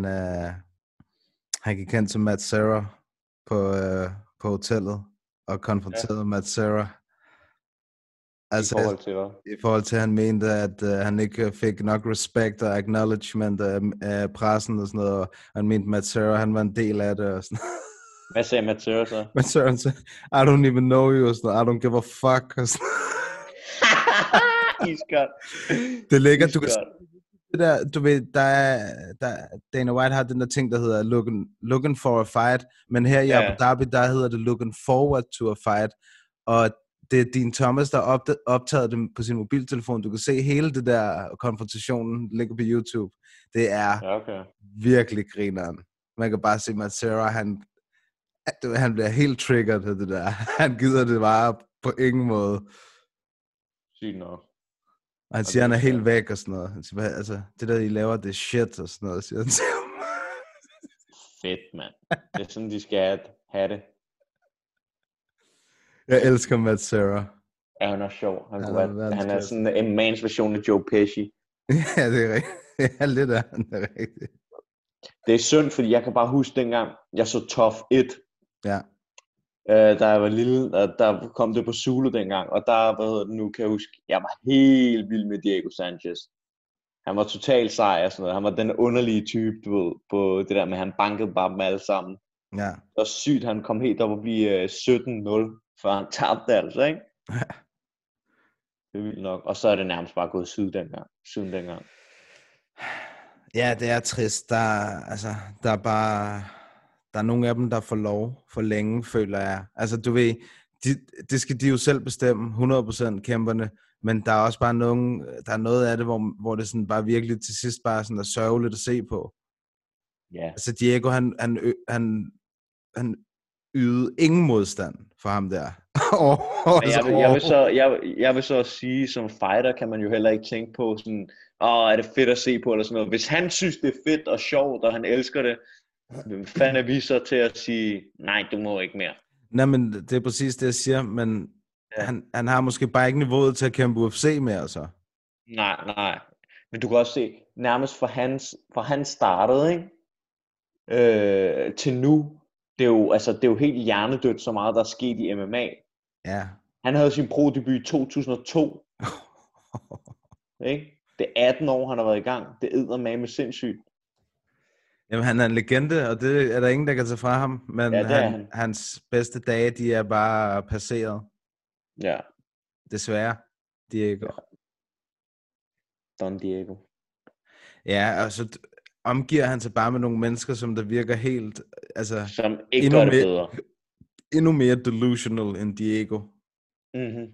[SPEAKER 6] Han gik hen til Matt Serra på hotellet og konfronterede Matt Serra. Altså, I forhold til, at han mente, at han ikke fik nok respect og acknowledgement af pressen og sådan noget, og han mente, Matt Serra, han var en del af det og sådan.
[SPEAKER 7] Hvad sagde Matt Serra så?
[SPEAKER 6] Matt Serra sagde, I don't even know you, og sådan, I don't give a fuck, og sådan.
[SPEAKER 7] Iskold.
[SPEAKER 6] Det ligger, du kan det der, du ved, Dana White har den der ting, der hedder looking for a fight, men her i Abu Dhabi, der hedder det looking forward to a fight, og det er Dean Thomas, der optaget det på sin mobiltelefon. Du kan se hele det der konfrontationen ligger på YouTube. Det er virkelig grineren. Man kan bare se Matt Serra, han bliver helt triggered af det der. Han gider det bare på ingen måde.
[SPEAKER 7] Sygt nok.
[SPEAKER 6] Og han siger, han er helt væk og sådan noget. Han siger, altså, det der, I laver, det er shit og sådan noget, siger han til ham.
[SPEAKER 7] Fedt, mand. Det er sådan, de skal have det.
[SPEAKER 6] Jeg elsker Matt Serra.
[SPEAKER 7] Ja, han er sjov. Han er sådan en mans version af Joe Pesci.
[SPEAKER 6] Ja, det er rigtigt. Ja, lidt af han er rigtigt.
[SPEAKER 7] Det er synd, fordi jeg kan bare huske dengang, jeg så Tough 1.
[SPEAKER 6] Ja.
[SPEAKER 7] Da jeg var lille, der kom det på Zulu dengang, og der, nu kan jeg huske, jeg var helt vild med Diego Sanchez. Han var totalt sej og sådan noget. Han var den underlige type, du ved, på det der med, han bankede bare dem alle sammen.
[SPEAKER 6] Ja.
[SPEAKER 7] Det var sygt, han kom helt op og blive 17-0, før han tabte altså, ikke?
[SPEAKER 6] Ja.
[SPEAKER 7] Det er vildt nok. Og så er det nærmest bare gået siden dengang. Ja,
[SPEAKER 6] det er trist. Der er nogle af dem, der får lov for længe, føler jeg. Altså, du ved, det skal de jo selv bestemme, 100% kæmperne, men der er også bare noget af det, hvor det sådan bare virkelig til sidst bare sådan er sørgeligt at se på.
[SPEAKER 7] Ja.
[SPEAKER 6] Altså, Diego, han ydede ingen modstand for ham der.
[SPEAKER 7] Men jeg vil så sige, som fighter kan man jo heller ikke tænke på sådan, er det fedt at se på, eller sådan noget. Hvis han synes, det er fedt og sjovt, og han elsker det, hvem fanden er vi så til at sige, nej, du må ikke mere.
[SPEAKER 6] Nej, men det er præcis det, jeg siger, men han har måske bare ikke niveauet til at kæmpe UFC mere, så.
[SPEAKER 7] Nej. Men du kan også se, nærmest for han startede, ikke? Til nu, det er jo helt hjernedødt, så meget der er sket i MMA.
[SPEAKER 6] Ja.
[SPEAKER 7] Han havde sin pro-debut i 2002. Ikke? Det er 18 år, han har været i gang. Det eddermame sindssygt.
[SPEAKER 6] Jamen, han er en legende, og det er der ingen, der kan tage fra ham. Men hans bedste dage, de er bare passeret.
[SPEAKER 7] Ja.
[SPEAKER 6] Desværre, Diego.
[SPEAKER 7] Ja. Don Diego.
[SPEAKER 6] Ja, altså omgiver han sig bare med nogle mennesker, som der virker helt, altså
[SPEAKER 7] som ikke gør det bedre.
[SPEAKER 6] Endnu mere delusional end Diego.
[SPEAKER 7] Mhm.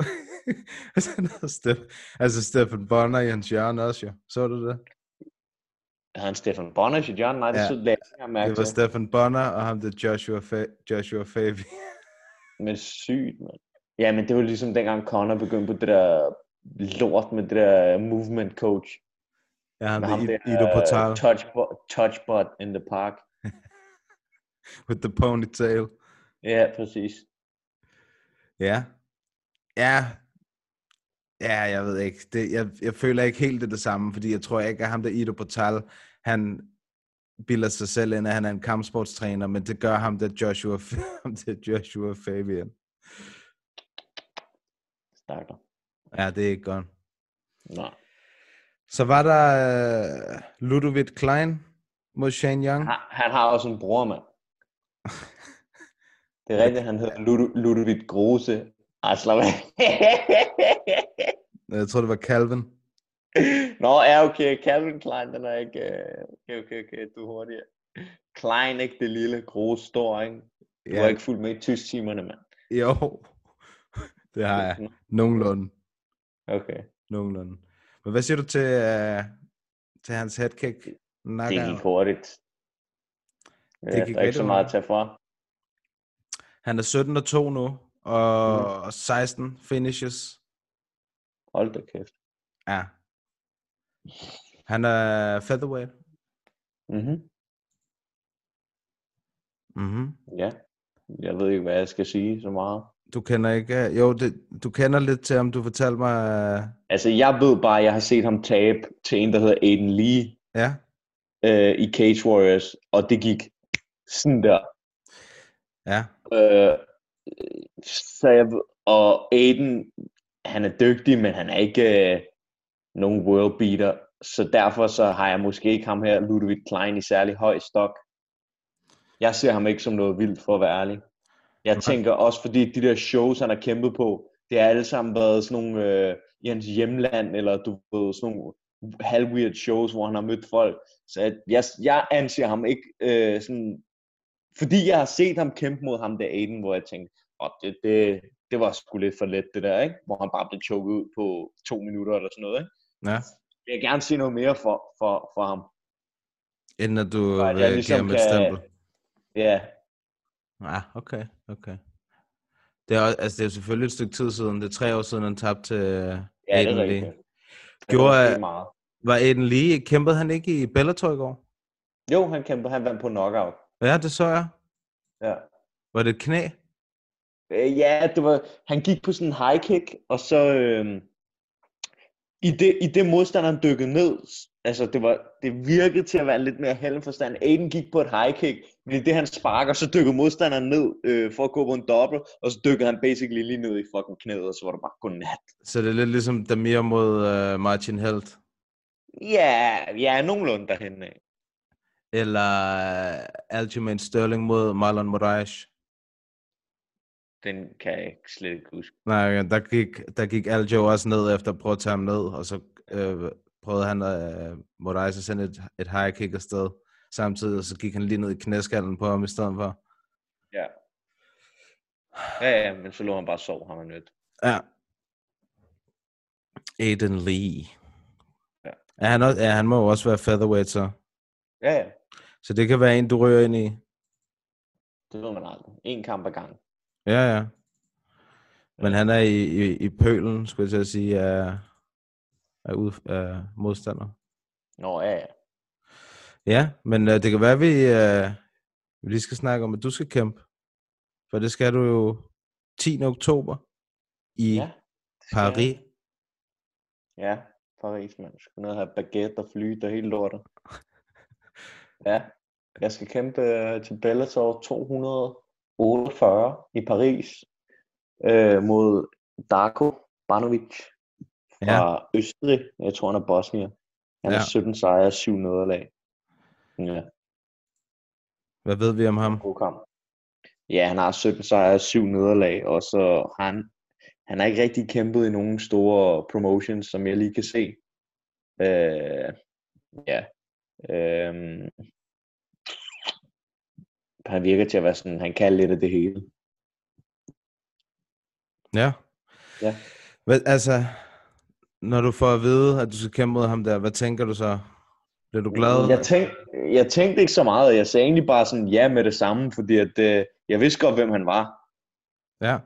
[SPEAKER 6] altså Stephan Bonner i hans hjørne også, jo. Så du det?
[SPEAKER 7] Havde han Stephan Bonner i sit hjørne? Nej, det så lagde jeg mærke til.
[SPEAKER 6] Det var Stephan Bonner, og ham det Joshua Favy.
[SPEAKER 7] Men sygt, mand. Ja, men det var ligesom dengang Conor begyndte på det der lort med det der movement coach.
[SPEAKER 6] Ja, ham det Ido Portal.
[SPEAKER 7] Touchbot in the park.
[SPEAKER 6] With the ponytail.
[SPEAKER 7] Ja, præcis.
[SPEAKER 6] Ja, jeg ved ikke. Jeg føler ikke helt det samme, fordi jeg tror ikke, at ham der Ido Portal, han bilder sig selv ind, at han er en kampsportstræner, men det gør ham der Joshua Fabian.
[SPEAKER 7] Stakker.
[SPEAKER 6] Ja, det er ikke godt.
[SPEAKER 7] Nej.
[SPEAKER 6] Så var der Ludovic Klein mod Shane Young.
[SPEAKER 7] Han har også en bror, mand. Det er rigtigt, han hedder Ludovic Grosse. Slap af.
[SPEAKER 6] Jeg tror, det var Calvin.
[SPEAKER 7] Nå, ja, okay. Calvin Klein, den er ikke... Okay, du er hurtigere. Klein, ikke det lille, Grosse, stor, ikke? Du har ikke fulgt med i tysk-timerne, mand.
[SPEAKER 6] Jo, det har jeg. Nogenlunde.
[SPEAKER 7] Okay.
[SPEAKER 6] Nogenlunde. Men hvad siger du til hans headkick?
[SPEAKER 7] Det gik hurtigt. Der er ikke så meget at tage fra.
[SPEAKER 6] Han er 17-2 nu, og 16 finishes.
[SPEAKER 7] Hold da kæft.
[SPEAKER 6] Ja. Han er featherweight.
[SPEAKER 7] Ja. Jeg ved ikke, hvad jeg skal sige så meget.
[SPEAKER 6] Du kender ikke... Jo, du kender lidt til ham. Du fortalte mig...
[SPEAKER 7] Altså, jeg ved bare, jeg har set ham tabe til en, der hedder Aiden Lee.
[SPEAKER 6] Ja.
[SPEAKER 7] I Cage Warriors. Og det gik sådan der.
[SPEAKER 6] Ja.
[SPEAKER 7] Og Aiden, han er dygtig, men han er ikke nogen world beater. Så derfor så har jeg måske ikke ham her, Ludovic Klein, i særlig høj stok. Jeg ser ham ikke som noget vildt, for at være ærlig. Jeg tænker også, fordi de der shows, han har kæmpet på, det har alle sammen været sådan nogle i hans hjemland, eller du ved, sådan nogle halv-weird shows, hvor han har mødt folk. Så jeg anser ham ikke sådan, fordi jeg har set ham kæmpe mod ham der Aiden, hvor jeg tænkte, det var sgu lidt for let det der, ikke? Hvor han bare blev choket ud på 2 minutter eller sådan noget, ikke?
[SPEAKER 6] Ja.
[SPEAKER 7] Jeg vil gerne se noget mere for ham.
[SPEAKER 6] Inden at du
[SPEAKER 7] ligesom
[SPEAKER 6] giver ham et stempel.
[SPEAKER 7] Ja.
[SPEAKER 6] Ja, okay. Det er jo selvfølgelig et stykke tid siden. Det er 3 år siden, han tabte til Aiden Lee. Var Aiden Lee, kæmpede han ikke i Bellator i går?
[SPEAKER 7] Jo, han kæmpede. Han vandt på knockout.
[SPEAKER 6] Ja, det så jeg.
[SPEAKER 7] Ja.
[SPEAKER 6] Var det et knæ?
[SPEAKER 7] Ja, han gik på sådan en high kick, og så i det modstanderen dykkede ned, altså det virkede til at være lidt mere heldenforstand. Aiden gik på et high kick, men i det han sparker, så dykkede modstanderen ned for at gå på en double, og så dykkede han basically lige ned i fucking knæet, og så var det bare godnat.
[SPEAKER 6] Så det er lidt ligesom Damir mod Martin Helt?
[SPEAKER 7] Ja, nogenlunde derhen af.
[SPEAKER 6] Eller Aljamain Sterling mod Marlon Moraes?
[SPEAKER 7] Den kan jeg slet ikke huske.
[SPEAKER 6] Nej, der gik Aljo også ned efter at prøve at tage ham ned, og så prøvede han Moraes at sende et high kick afsted samtidig, og så gik han lige ned i knæskallen på ham i stedet for.
[SPEAKER 7] Ja, men så lå han bare sov, har man nødt.
[SPEAKER 6] Ja. Aiden Lee.
[SPEAKER 7] Ja.
[SPEAKER 6] Han må jo også være featherweight, så.
[SPEAKER 7] Ja.
[SPEAKER 6] Så det kan være en, du rører ind i.
[SPEAKER 7] Det ved man aldrig. En kamp ad gang.
[SPEAKER 6] Ja. Men han er i pølen, skulle jeg til at sige, af modstander.
[SPEAKER 7] Nå, ja.
[SPEAKER 6] Ja, men det kan være, vi lige skal snakke om, at du skal kæmpe. For det skal du jo 10. oktober i Paris.
[SPEAKER 7] Ja, Paris, man. Skal ned og have baguette og fly og hele lortet. Ja, jeg skal kæmpe til Bellator 248 i Paris mod Darko Banovic fra Østrig. Jeg tror, han er bosnier. Han er 17 sejre og 7 nederlag. Ja.
[SPEAKER 6] Hvad ved vi om ham?
[SPEAKER 7] God kamp. Ja, han har 17 sejre og 7 nederlag, og så han har ikke rigtig kæmpet i nogen store promotions, som jeg lige kan se. Han virker til at være sådan, han kan lidt af det hele.
[SPEAKER 6] Ja. Altså, når du får at vide, at du skal kæmpe mod ham der, hvad tænker du så? Bliver du glad?
[SPEAKER 7] Jeg tænkte ikke så meget. Jeg sagde egentlig bare sådan ja med det samme, fordi at, jeg vidste godt, hvem han var.
[SPEAKER 6] Ja.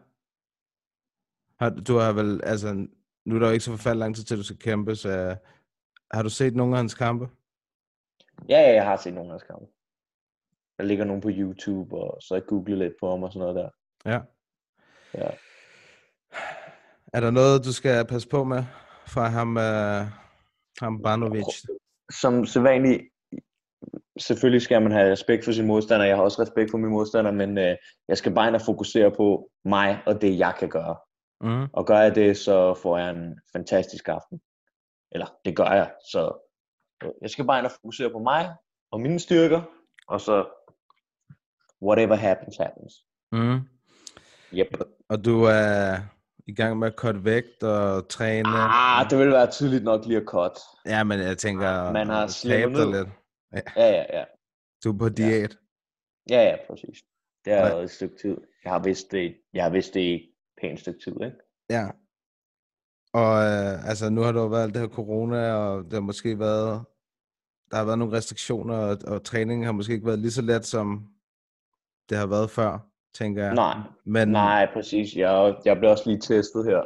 [SPEAKER 6] Du har vel, altså, nu er der jo ikke så forfærdeligt lang tid til, du skal kæmpe, så har du set nogle af hans kampe?
[SPEAKER 7] Ja, jeg har set nogle af hans kampe. Der ligger nogle på YouTube, og så jeg googlet lidt på ham og sådan noget der.
[SPEAKER 6] Ja.
[SPEAKER 7] Ja.
[SPEAKER 6] Er der noget, du skal passe på med fra ham Banovic?
[SPEAKER 7] Som sædvanligt, selvfølgelig skal man have respekt for sin modstander. Jeg har også respekt for min modstander, men jeg skal bare ind og fokusere på mig og det, jeg kan gøre. Og gør jeg det, så får jeg en fantastisk aften. Eller det gør jeg. Så jeg skal bare ind og fokusere på mig og mine styrker, og så whatever happens, happens. Yep.
[SPEAKER 6] Og du er i gang med at cutte vægt og træne?
[SPEAKER 7] Det vil være tydeligt nok lige at cut.
[SPEAKER 6] Ja, men jeg tænker,
[SPEAKER 7] man har slippet ned
[SPEAKER 6] lidt.
[SPEAKER 7] Ja.
[SPEAKER 6] Du er på diæt?
[SPEAKER 7] Ja, præcis. Det har været et stykke tid. Jeg har vidst det i et pænt stykke tid, ikke?
[SPEAKER 6] Ja. Og altså, nu har der jo været alt det her corona, og der har måske været, der har været nogle restriktioner, og træningen har måske ikke været lige så let, som det har været før, tænker jeg.
[SPEAKER 7] Nej, præcis. Jeg blev også lige testet her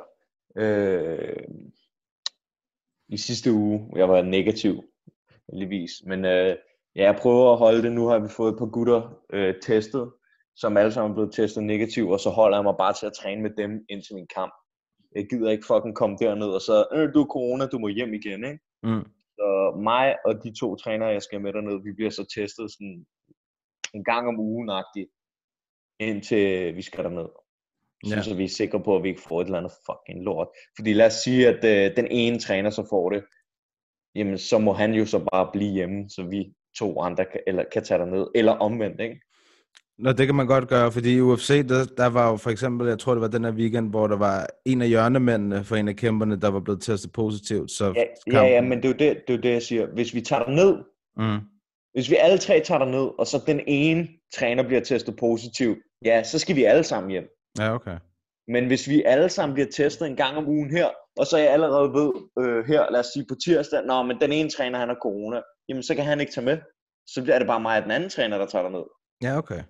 [SPEAKER 7] i sidste uge. Jeg var negativ, heldigvis. Men jeg prøver at holde det. Nu har vi fået et par gutter testet, som alle sammen er blevet testet negativ, og så holder jeg mig bare til at træne med dem indtil min kamp. Jeg gider ikke fucking komme derned, og så, du er corona, du må hjem igen, ikke? Så mig og de 2 trænere, jeg skal med derned, vi bliver så testet sådan en gang om ugen-agtigt, indtil vi skal derned. Så vi er sikre på, at vi ikke får et eller andet fucking lort. Fordi lad os sige, at den ene træner så får det, jamen så må han jo så bare blive hjemme, så vi 2 andre kan tage derned, eller omvendt, ikke?
[SPEAKER 6] Nå, det kan man godt gøre, fordi i UFC, der var jo for eksempel, jeg tror det var den her weekend, hvor der var en af hjørnemændene for en af kæmperne, der var blevet testet positivt. Så
[SPEAKER 7] ja, men det er jo det, jeg siger. Hvis vi tager ned, hvis vi alle 3 tager ned, og så den ene træner bliver testet positivt, ja, så skal vi alle sammen hjem.
[SPEAKER 6] Ja, okay.
[SPEAKER 7] Men hvis vi alle sammen bliver testet en gang om ugen her, og så jeg allerede ved her, lad os sige på tirsdag, men den ene træner, han har corona, jamen så kan han ikke tage med. Så bliver det bare mig og den anden træner, der tager ned.
[SPEAKER 6] Ja, okay.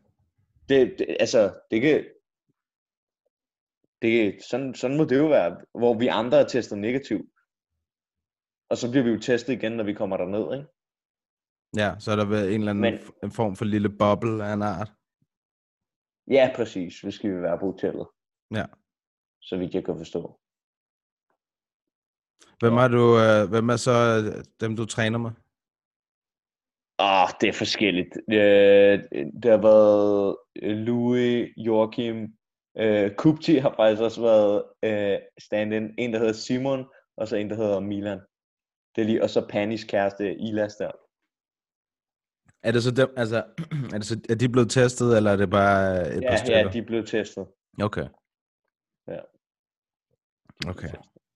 [SPEAKER 7] Sådan må det jo være, hvor vi andre er testet negativt. Og så bliver vi jo testet igen, når vi kommer derned, ikke?
[SPEAKER 6] Ja, så er der vel en eller anden en form for lille boble af en art.
[SPEAKER 7] Ja, præcis. Vi skal være på hotellet.
[SPEAKER 6] Ja.
[SPEAKER 7] Så vidt jeg kan forstå.
[SPEAKER 6] Hvem er så dem, du træner med?
[SPEAKER 7] Det er forskelligt. Det har været Louis, Joachim, Kupti har faktisk også været stand-in. En, der hedder Simon, og så en, der hedder Milan. Det er lige, og så Panis kæreste, Ilas der.
[SPEAKER 6] Er det så dem, altså, er de blevet testet, eller er det bare et par stykker?
[SPEAKER 7] Ja, de er blevet testet.
[SPEAKER 6] Okay.
[SPEAKER 7] Ja.
[SPEAKER 6] Okay.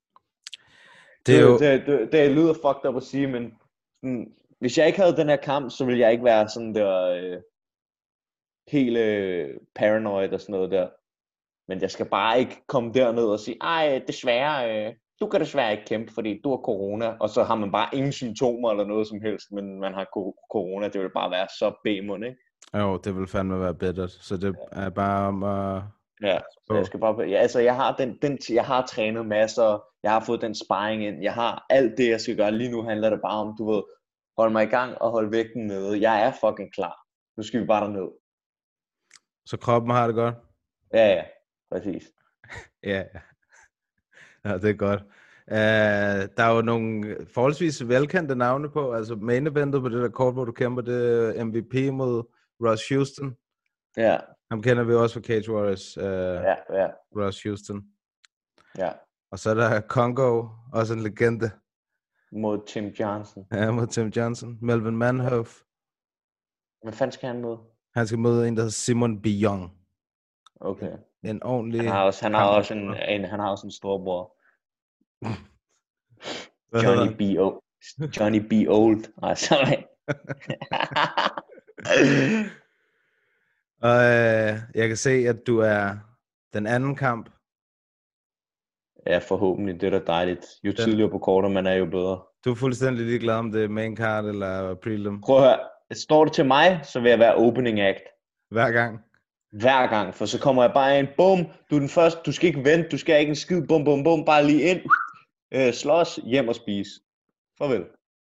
[SPEAKER 7] Det lyder fucked up at sige, men hvis jeg ikke havde den her kamp, så ville jeg ikke være sådan der helt paranoid og sådan noget der. Men jeg skal bare ikke komme derned og sige, desværre, du kan desværre ikke kæmpe, fordi du har corona, og så har man bare ingen symptomer eller noget som helst, men man har corona, det vil bare være så bemund, ikke?
[SPEAKER 6] Jo, det vil fandme være bedre, så det er bare om at
[SPEAKER 7] Ja, så jeg skal bare, ja, altså jeg har jeg har trænet masser, jeg har fået den sparring ind, jeg har alt det, jeg skal gøre. Lige nu handler det bare om, du ved, holde mig i gang og holde vægten nede. Jeg er fucking klar. Nu skal vi bare derned.
[SPEAKER 6] Så kroppen har det godt?
[SPEAKER 7] Ja, præcis.
[SPEAKER 6] Ja, det er godt. Der er jo nogle forholdsvis velkendte navne på, altså main eventet på det der kort, hvor du kæmper, det MVP mod Ross Houston.
[SPEAKER 7] Ja.
[SPEAKER 6] Ham kender vi også fra Cage Warriors.
[SPEAKER 7] Ja.
[SPEAKER 6] Ross Houston.
[SPEAKER 7] Ja.
[SPEAKER 6] Og så er der Congo, også en legende.
[SPEAKER 7] Mod Tim Johnson.
[SPEAKER 6] Ja, mod Tim Johnson. Melvin Manhoef.
[SPEAKER 7] Hvad fanden skal han mod?
[SPEAKER 6] Han skal møde en, der hedder Simon Bion.
[SPEAKER 7] Okay.
[SPEAKER 6] En ordentlig...
[SPEAKER 7] Han har også en storbror. Johnny B. Old. Nej, sorry.
[SPEAKER 6] Og jeg kan se, at du er den anden kamp.
[SPEAKER 7] Ja, forhåbentlig. Det er da dejligt. Jo tidligere på kortet, man er jo bedre.
[SPEAKER 6] Du er fuldstændig ligeglad om det er main card eller prelim.
[SPEAKER 7] Prøv at høre. Står det til mig, så vil jeg være opening act.
[SPEAKER 6] Hver gang?
[SPEAKER 7] Hver gang, for så kommer jeg bare ind. Bum, du er den første. Du skal ikke vente. Du skal ikke en skid. Bum, bum, bum. Bare lige ind. Slås, hjem og spise. Farvel.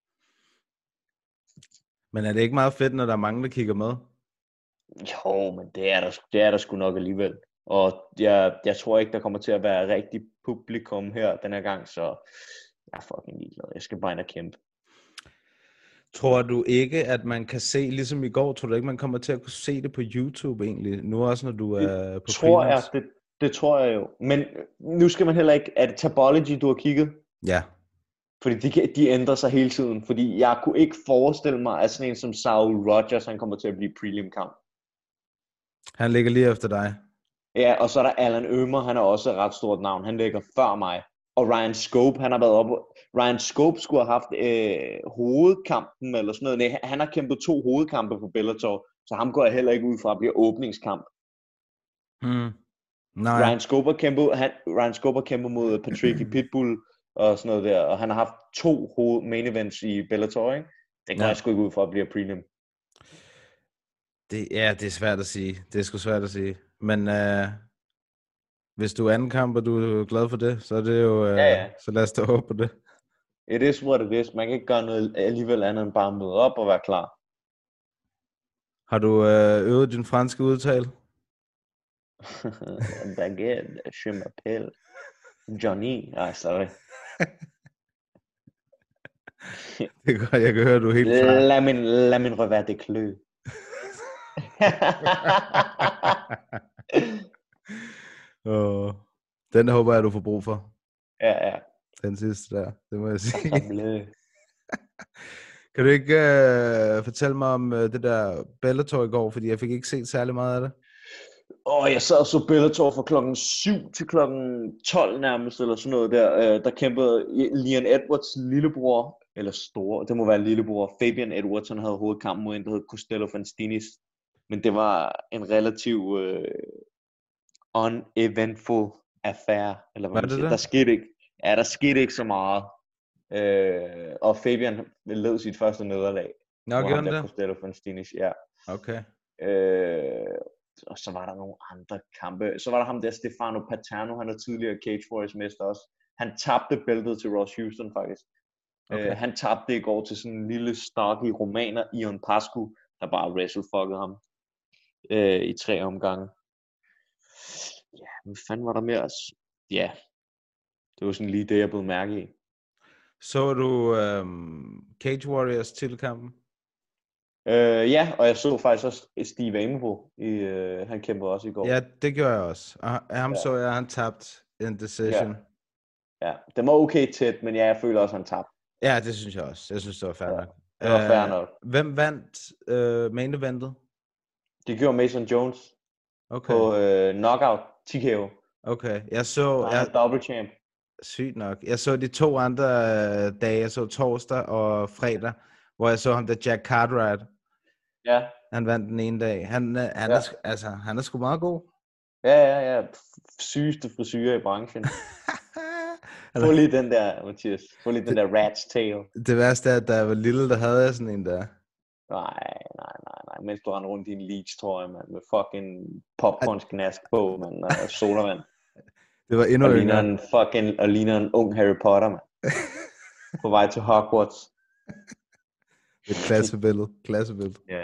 [SPEAKER 6] Men er det ikke meget fedt, når der er mange, der kigger med?
[SPEAKER 7] Jo, men det er der sgu nok alligevel. Og jeg tror ikke, der kommer til at være rigtig publikum her den her gang, så jeg er fucking ligeglad. Jeg skal bare ind og kæmpe.
[SPEAKER 6] Tror du ikke, at man kan se, ligesom i går, tror du ikke, man kommer til at kunne se det på YouTube egentlig? Nu også, når du er på
[SPEAKER 7] prelims? Det tror jeg jo. Men nu skal man heller ikke... Er det Tabology, du har kigget?
[SPEAKER 6] Ja.
[SPEAKER 7] Fordi de ændrer sig hele tiden. Fordi jeg kunne ikke forestille mig, at sådan en som Saul Rogers, han kommer til at blive prelim-kamp.
[SPEAKER 6] Han ligger lige efter dig.
[SPEAKER 7] Ja, og så er der Alan Ømer, han er også et ret stort navn. Han ligger før mig. Og Ryan Scope, han har været oppe... Ryan Scope skulle have haft hovedkampen eller sådan noget. Nej, han har kæmpet 2 hovedkampe på Bellator, så ham går jeg heller ikke ud fra at blive åbningskamp.
[SPEAKER 6] Nej.
[SPEAKER 7] Ryan Scope har kæmpet mod Patrick Pitbull og sådan noget der, og han har haft 2 main events i Bellator, ikke? Det går jeg sgu ikke ud fra at blive prelim.
[SPEAKER 6] Det er svært at sige. Det er sgu svært at sige. Men hvis du er anden kamp, og du er glad for det, så er det jo... Så lad os da håbe på det.
[SPEAKER 7] It is what it is. Man kan ikke gøre noget alligevel andet end bare møde op og være klar.
[SPEAKER 6] Har du øvet din franske udtale?
[SPEAKER 7] Baguette, je m'appelle Johnny. Nej, sorry.
[SPEAKER 6] Det er godt, jeg kan høre, du er helt klar.
[SPEAKER 7] Lad min revers det klø.
[SPEAKER 6] Den håber jeg, du får brug for.
[SPEAKER 7] Ja.
[SPEAKER 6] Den sidste der, det må jeg sige. Kan du ikke fortælle mig om det der Bellator i går, fordi jeg fik ikke set særlig meget af det?
[SPEAKER 7] Jeg sad og så Bellator fra klokken 7 til klokken 12 nærmest, eller sådan noget der. Der kæmpede Leon Edwards lillebror, eller store, det må være lillebror, Fabian Edwards, han havde hovedkamp mod en, der hed Costello Fanstinis. Men det var en relativ uneventful affære, eller hvad man siger. Der skete ikke så meget. Og Fabian led sit første nederlag.
[SPEAKER 6] Nå, gjorde han det?
[SPEAKER 7] Costello Fanstinis, ja.
[SPEAKER 6] Okay.
[SPEAKER 7] Og så var der nogle andre kampe. Så var der ham der Stefano Paterno, han er tidligere Cage Warriors mester også. Han tabte bæltet til Ross Houston faktisk. Okay. Han tabte i går til sådan en lille stocky romaner, Ion Pascu, der bare wrestlefuckede ham i 3 omgange. Ja, hvad fanden var der mere? Ja, det var sådan lige det, jeg blev mærke i.
[SPEAKER 6] Så du Cage Warriors titelkampen?
[SPEAKER 7] Ja, og jeg så faktisk også Steve Amovo, han kæmpede også i går.
[SPEAKER 6] Ja, det gjorde jeg også. Og ham så jeg, han tabte en decision.
[SPEAKER 7] Ja, det var okay tæt, men ja, jeg føler også, han tabte.
[SPEAKER 6] Ja, det synes jeg også. Jeg synes, det var fair nok.
[SPEAKER 7] Det var fair nok.
[SPEAKER 6] Hvem vandt main eventet?
[SPEAKER 7] Det gjorde Mason Jones.
[SPEAKER 6] Okay.
[SPEAKER 7] På knockout, TKO.
[SPEAKER 6] Okay, jeg så...
[SPEAKER 7] Han er double champ.
[SPEAKER 6] Sygt nok. Jeg så de 2 andre dage. Jeg så torsdag og fredag, hvor jeg så ham der Jack Cartwright.
[SPEAKER 7] Ja.
[SPEAKER 6] Han vandt den ene dag. Han er sgu meget god.
[SPEAKER 7] Ja. Sygeste frisyrer i branchen. Få lige den der, Mathias. Få lige den der rat's tail.
[SPEAKER 6] Det værste er, at da jeg var lille, der havde jeg sådan en der.
[SPEAKER 7] Nej. Mens du render rundt i en Leeds-trøje, mand, med fucking popcornsknask på, mand, og sodavand.
[SPEAKER 6] Det var endnu
[SPEAKER 7] og ligner en ung Harry Potter, mand. På vej til Hogwarts.
[SPEAKER 6] Et klassebillede.
[SPEAKER 7] Ja.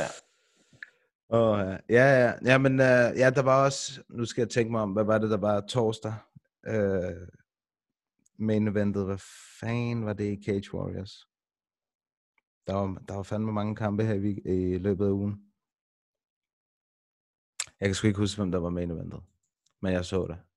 [SPEAKER 6] Ja, men der var også, nu skal jeg tænke mig om, hvad var det, der var torsdag? Main eventet, hvad fanden var det i Cage Warriors? Der var fandme mange kampe her i løbet af ugen. Jeg kan sgu ikke huske, hvem der var main eventet, men jeg så det.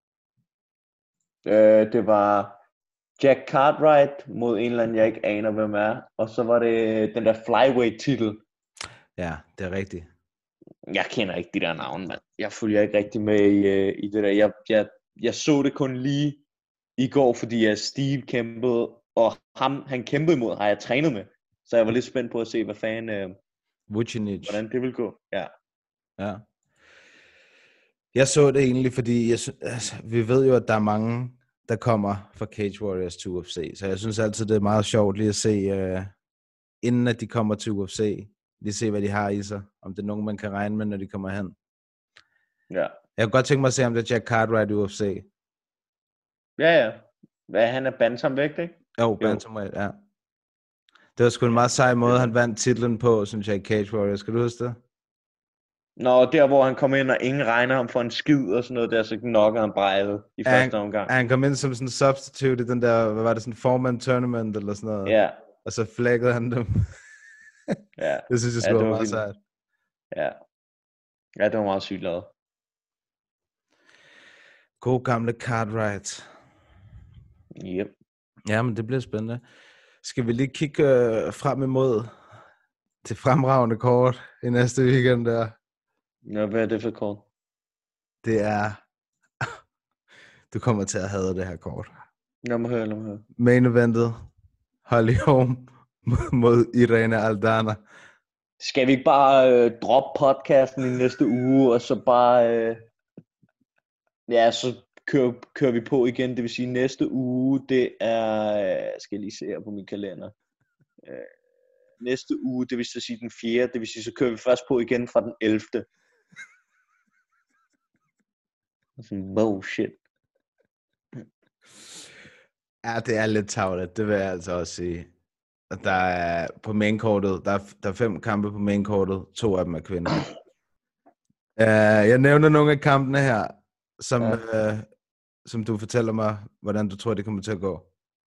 [SPEAKER 7] Det var Jack Cartwright mod en eller anden, jeg ikke aner, hvem er. Og så var det den der flyweight-titel.
[SPEAKER 6] Ja, det er rigtigt.
[SPEAKER 7] Jeg kender ikke de der navne, mand. Jeg følger ikke rigtig med i det der. Jeg så det kun lige i går, fordi Steve kæmpede, og han kæmpede imod, har jeg trænet med. Så jeg var lidt spændt på at se, hvad fanden, hvordan det vil gå. Ja.
[SPEAKER 6] Jeg så det egentlig, fordi vi ved jo, at der er mange, der kommer fra Cage Warriors til UFC. Så jeg synes altid, det er meget sjovt lige at se, inden at de kommer til UFC, lige se, hvad de har i sig. Om det er nogen, man kan regne med, når de kommer hen.
[SPEAKER 7] Ja.
[SPEAKER 6] Jeg kunne godt tænke mig at se, om det er Jack Cartwright i UFC.
[SPEAKER 7] Ja. Hvad, han er bantamvægt, ikke?
[SPEAKER 6] Jo, bantamvægt, ja. Det var sgu en meget sej måde, han vandt titlen på, synes jeg, i Cage Warriors. Skal du huske det?
[SPEAKER 7] Nå, der hvor han kom ind, og ingen regner ham for en skid og sådan noget, der så knocker han bare i første omgang.
[SPEAKER 6] Han kom ind som sådan en substitute i den der, hvad var det, sådan en foreman tournament eller sådan noget.
[SPEAKER 7] Ja.
[SPEAKER 6] Og så flaggede han dem.
[SPEAKER 7] Ja.
[SPEAKER 6] Det synes jeg skulle meget sejt.
[SPEAKER 7] Ja, det var meget sygt lavet.
[SPEAKER 6] God gamle Cartwright.
[SPEAKER 7] Yep.
[SPEAKER 6] Ja, men det bliver spændende. Skal vi lige kigge frem imod til fremragende kort i næste weekend der?
[SPEAKER 7] Ja, hvad er det for kort?
[SPEAKER 6] Det er... Du kommer til at hade det her kort.
[SPEAKER 7] Lad mig høre.
[SPEAKER 6] Main eventet. Holly Holm mod Irene Aldana.
[SPEAKER 7] Skal vi ikke bare droppe podcasten i næste uge, og så bare... så kører vi på igen. Det vil sige, næste uge, det er... skal jeg lige se her på min kalender. Næste uge, det vil så sige den 4. Det vil sige, så kører vi først på igen fra den 11. Sådan, bullshit.
[SPEAKER 6] Ja, det er lidt tavlet, det vil jeg altså også sige. Der er på mainkortet, der er 5 kampe på mainkortet, 2 af dem er kvinder. Jeg nævner nogle af kampene her, som du fortæller mig, hvordan du tror, det kommer til at gå.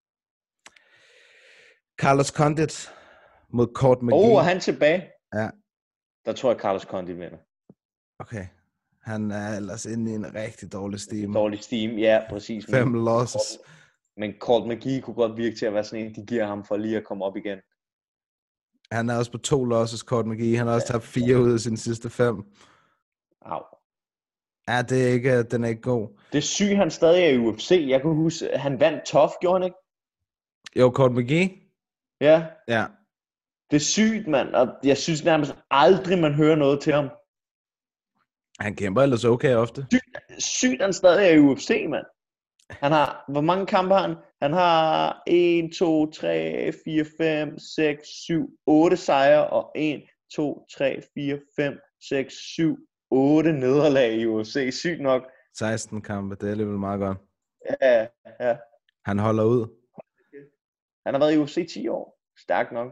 [SPEAKER 6] Carlos Condit mod Court McGee.
[SPEAKER 7] Er han tilbage?
[SPEAKER 6] Ja.
[SPEAKER 7] Der tror jeg, Carlos Condit vinder.
[SPEAKER 6] Okay. Han er ellers inde i en rigtig dårlig steam.
[SPEAKER 7] Dårlig steam, ja, præcis.
[SPEAKER 6] 5 losses.
[SPEAKER 7] Men Court McGee kunne godt virke til at være sådan en, de giver ham for lige at komme op igen.
[SPEAKER 6] Han er også på 2 losses, Court McGee. Han har også tabt 4 ud af sine sidste 5.
[SPEAKER 7] Au.
[SPEAKER 6] Ja, den er ikke god.
[SPEAKER 7] Det er sygt, han stadig er i UFC. Jeg kan huske, han vandt tough, gjorde han ikke?
[SPEAKER 6] Jo, Court McGee?
[SPEAKER 7] Ja.
[SPEAKER 6] Ja.
[SPEAKER 7] Det er sygt, mand. Og jeg synes nærmest aldrig, man hører noget til ham.
[SPEAKER 6] Han kæmper ellers okay ofte.
[SPEAKER 7] Sygt, han stadig er i UFC, mand. Han har, hvor mange kampe har han? Han har 1, 2, 3, 4, 5, 6, 7, 8 sejre og 1, 2, 3, 4, 5, 6, 7, 8 nederlag i UFC. Sygt nok.
[SPEAKER 6] 16 kampe, det er alligevel meget godt.
[SPEAKER 7] Ja.
[SPEAKER 6] Han holder ud.
[SPEAKER 7] Han har været i UFC 10 år. Stærkt nok.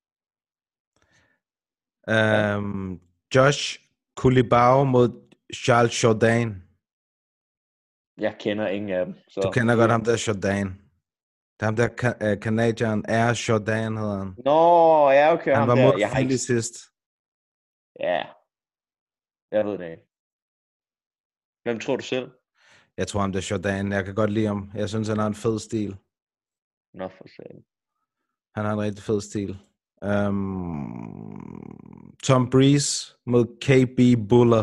[SPEAKER 6] Josh Culibao mod Charles Jourdain.
[SPEAKER 7] Jeg kender ingen af dem. Så.
[SPEAKER 6] Du kender godt ham der Jourdain. Det er ham der kanadieren Jourdain hedder han.
[SPEAKER 7] Nå, ja, okay.
[SPEAKER 6] Han var mod Philly sidst.
[SPEAKER 7] Ja. Jeg ved det ikke. Hvem tror du selv?
[SPEAKER 6] Jeg tror ham der Jourdain. Jeg kan godt lide ham. Jeg synes han har en fed stil.
[SPEAKER 7] Nå, for satan.
[SPEAKER 6] Han har en rigtig fed stil. Tom Breeze mod KB Buller.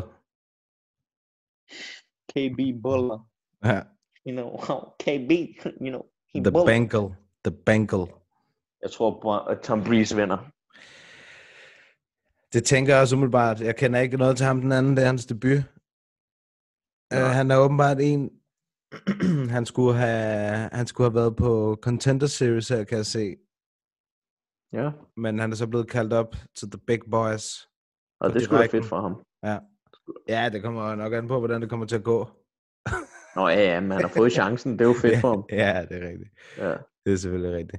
[SPEAKER 7] KB Buller.
[SPEAKER 6] Ja.
[SPEAKER 7] You know, KB, you know.
[SPEAKER 6] The Bengal.
[SPEAKER 7] Jeg tror, at Tom Breeze vinder.
[SPEAKER 6] Det tænker jeg også umiddelbart. Jeg kender ikke noget til ham den anden. Det er hans debut. Han er åbenbart en... han skulle have været på Contender Series her, kan jeg se.
[SPEAKER 7] Ja,
[SPEAKER 6] Men han er så blevet kaldt op til the big boys.
[SPEAKER 7] og
[SPEAKER 6] på
[SPEAKER 7] det skulle da
[SPEAKER 6] direkten.
[SPEAKER 7] fedt for ham.
[SPEAKER 6] Ja, det kommer nok an på, hvordan det kommer til at gå.
[SPEAKER 7] Nå ja, men han har fået chancen. Det er jo fedt for ham.
[SPEAKER 6] Ja, det er rigtigt.
[SPEAKER 7] Ja.
[SPEAKER 6] Det er selvfølgelig rigtigt.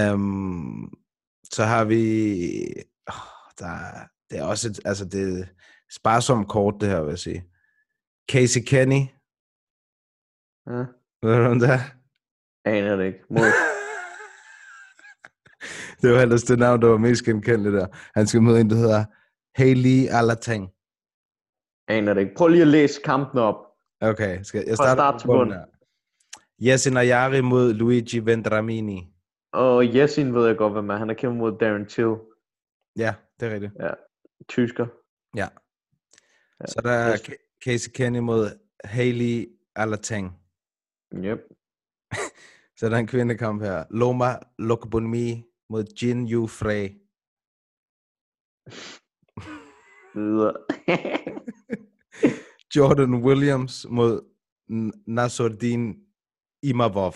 [SPEAKER 6] Så har vi... det er også et, altså det er sparsomt kort, det her, vil jeg sige. Casey Kenny.
[SPEAKER 7] Ja.
[SPEAKER 6] Ved du om det er?
[SPEAKER 7] Aner det ikke. Mod.
[SPEAKER 6] Det var ellers det navn, der var mest genkendeligt der. Han skal møde en, der hedder Hailey Alatang.
[SPEAKER 7] Aner det ikke. Prøv lige at læse kampen op.
[SPEAKER 6] Okay, jeg
[SPEAKER 7] Fra
[SPEAKER 6] starter
[SPEAKER 7] start til
[SPEAKER 6] på
[SPEAKER 7] bund.
[SPEAKER 6] her. Yasin Ayari mod Luigi Vendramini.
[SPEAKER 7] Og Yasin ved jeg godt, hvem er. Han har kæmpet mod Darren Till.
[SPEAKER 6] Ja, det er rigtigt.
[SPEAKER 7] Ja. Tysker.
[SPEAKER 6] Ja. Så der er Casey Kenny mod Hailey Alatang.
[SPEAKER 7] Yep.
[SPEAKER 6] Så er der en kvindekamp her. Loma Lokbunmi mod Jin Yu Frey.
[SPEAKER 7] Videre.
[SPEAKER 6] Jordan Williams mod Nasruddin Imavov.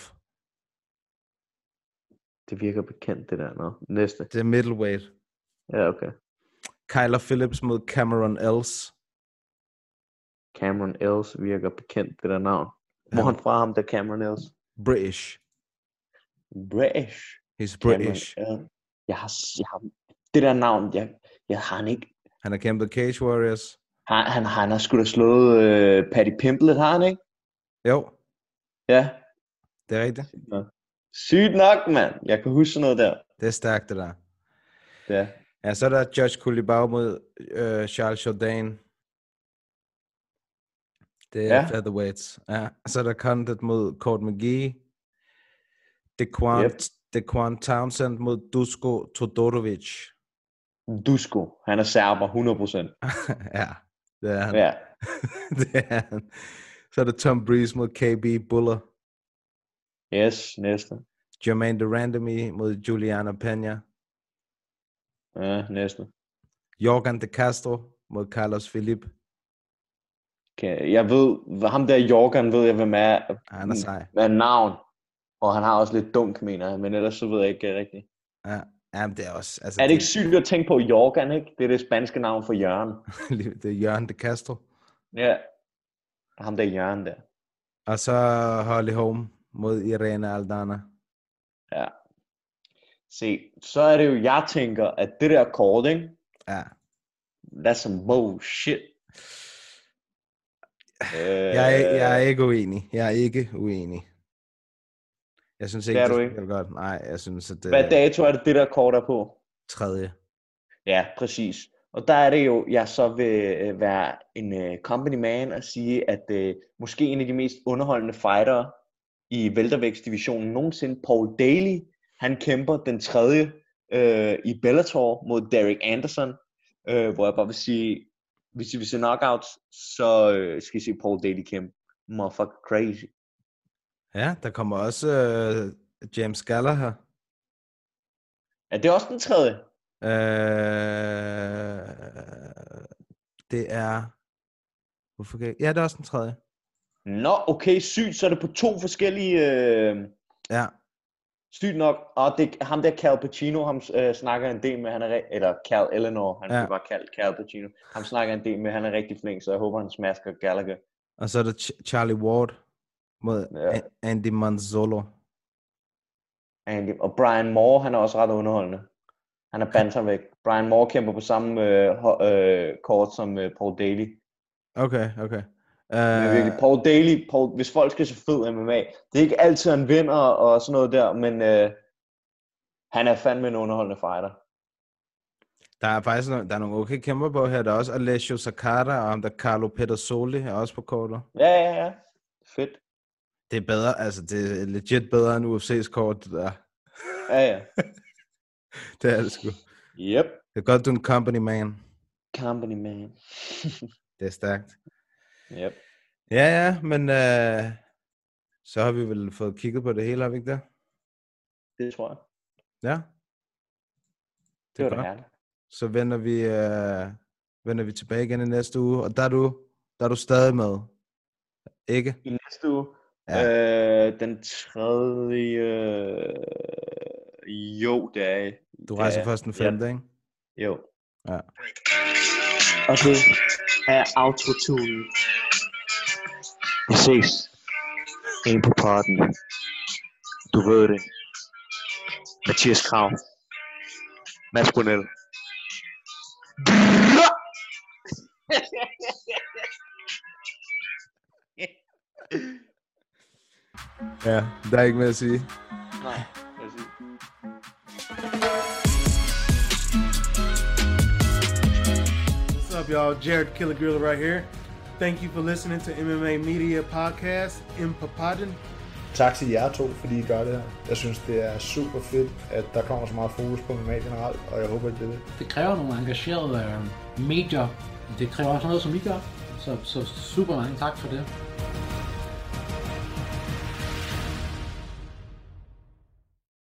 [SPEAKER 7] Det virker bekendt, det der. Nå. Næste.
[SPEAKER 6] Det er middleweight.
[SPEAKER 7] Ja, okay.
[SPEAKER 6] Kyler Phillips mod Cameron Els.
[SPEAKER 7] Cameron Els virker bekendt, det der navn. Hvor han fra ham, der Cameron Els?
[SPEAKER 6] British.
[SPEAKER 7] British.
[SPEAKER 6] He's British.
[SPEAKER 7] Jeg har det der navn, jeg har han ikke.
[SPEAKER 6] Han har kæmpet Cage Warriors.
[SPEAKER 7] Han har sgu da slået Paddy Pimblett, har han ikke?
[SPEAKER 6] Jo,
[SPEAKER 7] Ja.
[SPEAKER 6] det er rigtigt.
[SPEAKER 7] Sygt nok, mand. Jeg kan huske sådan noget der.
[SPEAKER 6] Det er stærkt, det der.
[SPEAKER 7] Ja.
[SPEAKER 6] Ja, så er der Josh Culibao mod Charles Jourdain. Det er featherweights. Ja, så er der Condit mod Court McGee. Dequan Townsend mod Dusko Todorovic.
[SPEAKER 7] Dusko. Han er serber, 100%.
[SPEAKER 6] Ja, det er han.
[SPEAKER 7] Ja.
[SPEAKER 6] Det er han. Så er der Tom Breeze mod KB Buller.
[SPEAKER 7] Yes, næste.
[SPEAKER 6] Jermaine Durandamy mod Juliana Peña.
[SPEAKER 7] Ja, næste.
[SPEAKER 6] Jorgen De Castro mod Carlos Philippe.
[SPEAKER 7] Okay. Jeg ved, ham der Jorgen ved jeg, hvem er.
[SPEAKER 6] Han er sej.
[SPEAKER 7] Med navn. Og han har også lidt dunk, mener jeg. Men ellers så ved jeg ikke rigtigt.
[SPEAKER 6] Ja, jamen det er også... Altså,
[SPEAKER 7] Er det ikke sygt at tænke på Jorgen, ikke? Det er det spanske navn for Jørgen.
[SPEAKER 6] det er Jørgen De Castro.
[SPEAKER 7] Ja. Ham der Jørgen der.
[SPEAKER 6] Og så Holly Holm mod Irene Aldana.
[SPEAKER 7] Ja. Se, så er det jo, jeg tænker, at det der kort, ikke?
[SPEAKER 6] Ja.
[SPEAKER 7] That's some bullshit.
[SPEAKER 6] Jeg er ikke uenig. Jeg synes ikke,
[SPEAKER 7] det er
[SPEAKER 6] det
[SPEAKER 7] du ikke.
[SPEAKER 6] godt. Nej, jeg synes, at det
[SPEAKER 7] Hvad dato er det der kort er på?
[SPEAKER 6] 3.
[SPEAKER 7] Ja, præcis. Og der er det jo, jeg så vil være en company man og sige, at måske en af de mest underholdende fightere i weltervægtsdivisionen nogensinde, Paul Daly, han kæmper den 3. i Bellator mod Derek Anderson, hvor jeg bare vil sige, hvis I vil se knockouts, så skal I se Paul Daly kæmpe. Motherfucker crazy.
[SPEAKER 6] Ja, der kommer også James Gallagher.
[SPEAKER 7] Er det også den 3?
[SPEAKER 6] Det er... Hvorfor kan jeg... Ja, det er også den 3.
[SPEAKER 7] Nå, okay, sygt, så er det på 2 forskellige...
[SPEAKER 6] Ja.
[SPEAKER 7] Sygt nok, og det, ham der Cal Pacino, ham snakker en del med, han er eller Cal Eleanor, han bliver bare kaldt Cal Pacino. Ham snakker en del med, han er rigtig flink, så jeg håber, han smasker Gallagher.
[SPEAKER 6] Og så er der Charlie Ward mod Andy Manzolo.
[SPEAKER 7] Andy, og Brian Moore, han er også ret underholdende. Han er bantamvægt. Brian Moore kæmper på samme kort som Paul Daly.
[SPEAKER 6] Okay.
[SPEAKER 7] Virkelig, Paul Daly, hvis folk skal se fed MMA, det er ikke altid han vinder og sådan noget der, men han er fandme en underholdende fighter.
[SPEAKER 6] Der er faktisk der er nogle okay kæmper på her. Der er også Alessio Sakata og ham der Carlo Pedersoli er også på kortet.
[SPEAKER 7] Ja. Fedt.
[SPEAKER 6] Det er bedre, altså det er legit bedre end UFC's kort, det der.
[SPEAKER 7] Ja.
[SPEAKER 6] Det er det sgu.
[SPEAKER 7] Yep.
[SPEAKER 6] Det er godt, du er en company man.
[SPEAKER 7] Company man.
[SPEAKER 6] Det er stærkt.
[SPEAKER 7] Yep.
[SPEAKER 6] Ja, men så har vi vel fået kigget på det hele, har vi ikke det?
[SPEAKER 7] Det tror jeg.
[SPEAKER 6] Ja.
[SPEAKER 7] Det var da herligt.
[SPEAKER 6] Så vender vi tilbage igen i næste uge, og der er du stadig med. Ikke?
[SPEAKER 7] I næste uge.
[SPEAKER 6] Ja.
[SPEAKER 7] Den 3. Jo, det er jeg.
[SPEAKER 6] Du rejser først den 5. ikke?
[SPEAKER 7] Jo.
[SPEAKER 6] Ja.
[SPEAKER 2] Og det er autotune. Vi ses. En på parten. Du ved det. Mathias Krav. Mads Brunel.
[SPEAKER 6] Ja, der er ikke mere at sige.
[SPEAKER 7] Nej, præcis.
[SPEAKER 1] What's up, y'all? Jared Killer Gorilla right here. Thank you for listening to MMA Media Podcast in Papadon.
[SPEAKER 8] Tak til jer to, fordi I gør det her. Jeg synes, det er super fedt, at der kommer så meget fokus på MMA generelt, og jeg håber, at det er det.
[SPEAKER 9] Det kræver nogle engagerede medier. Det kræver også noget, som I gør. Så super mange tak for det.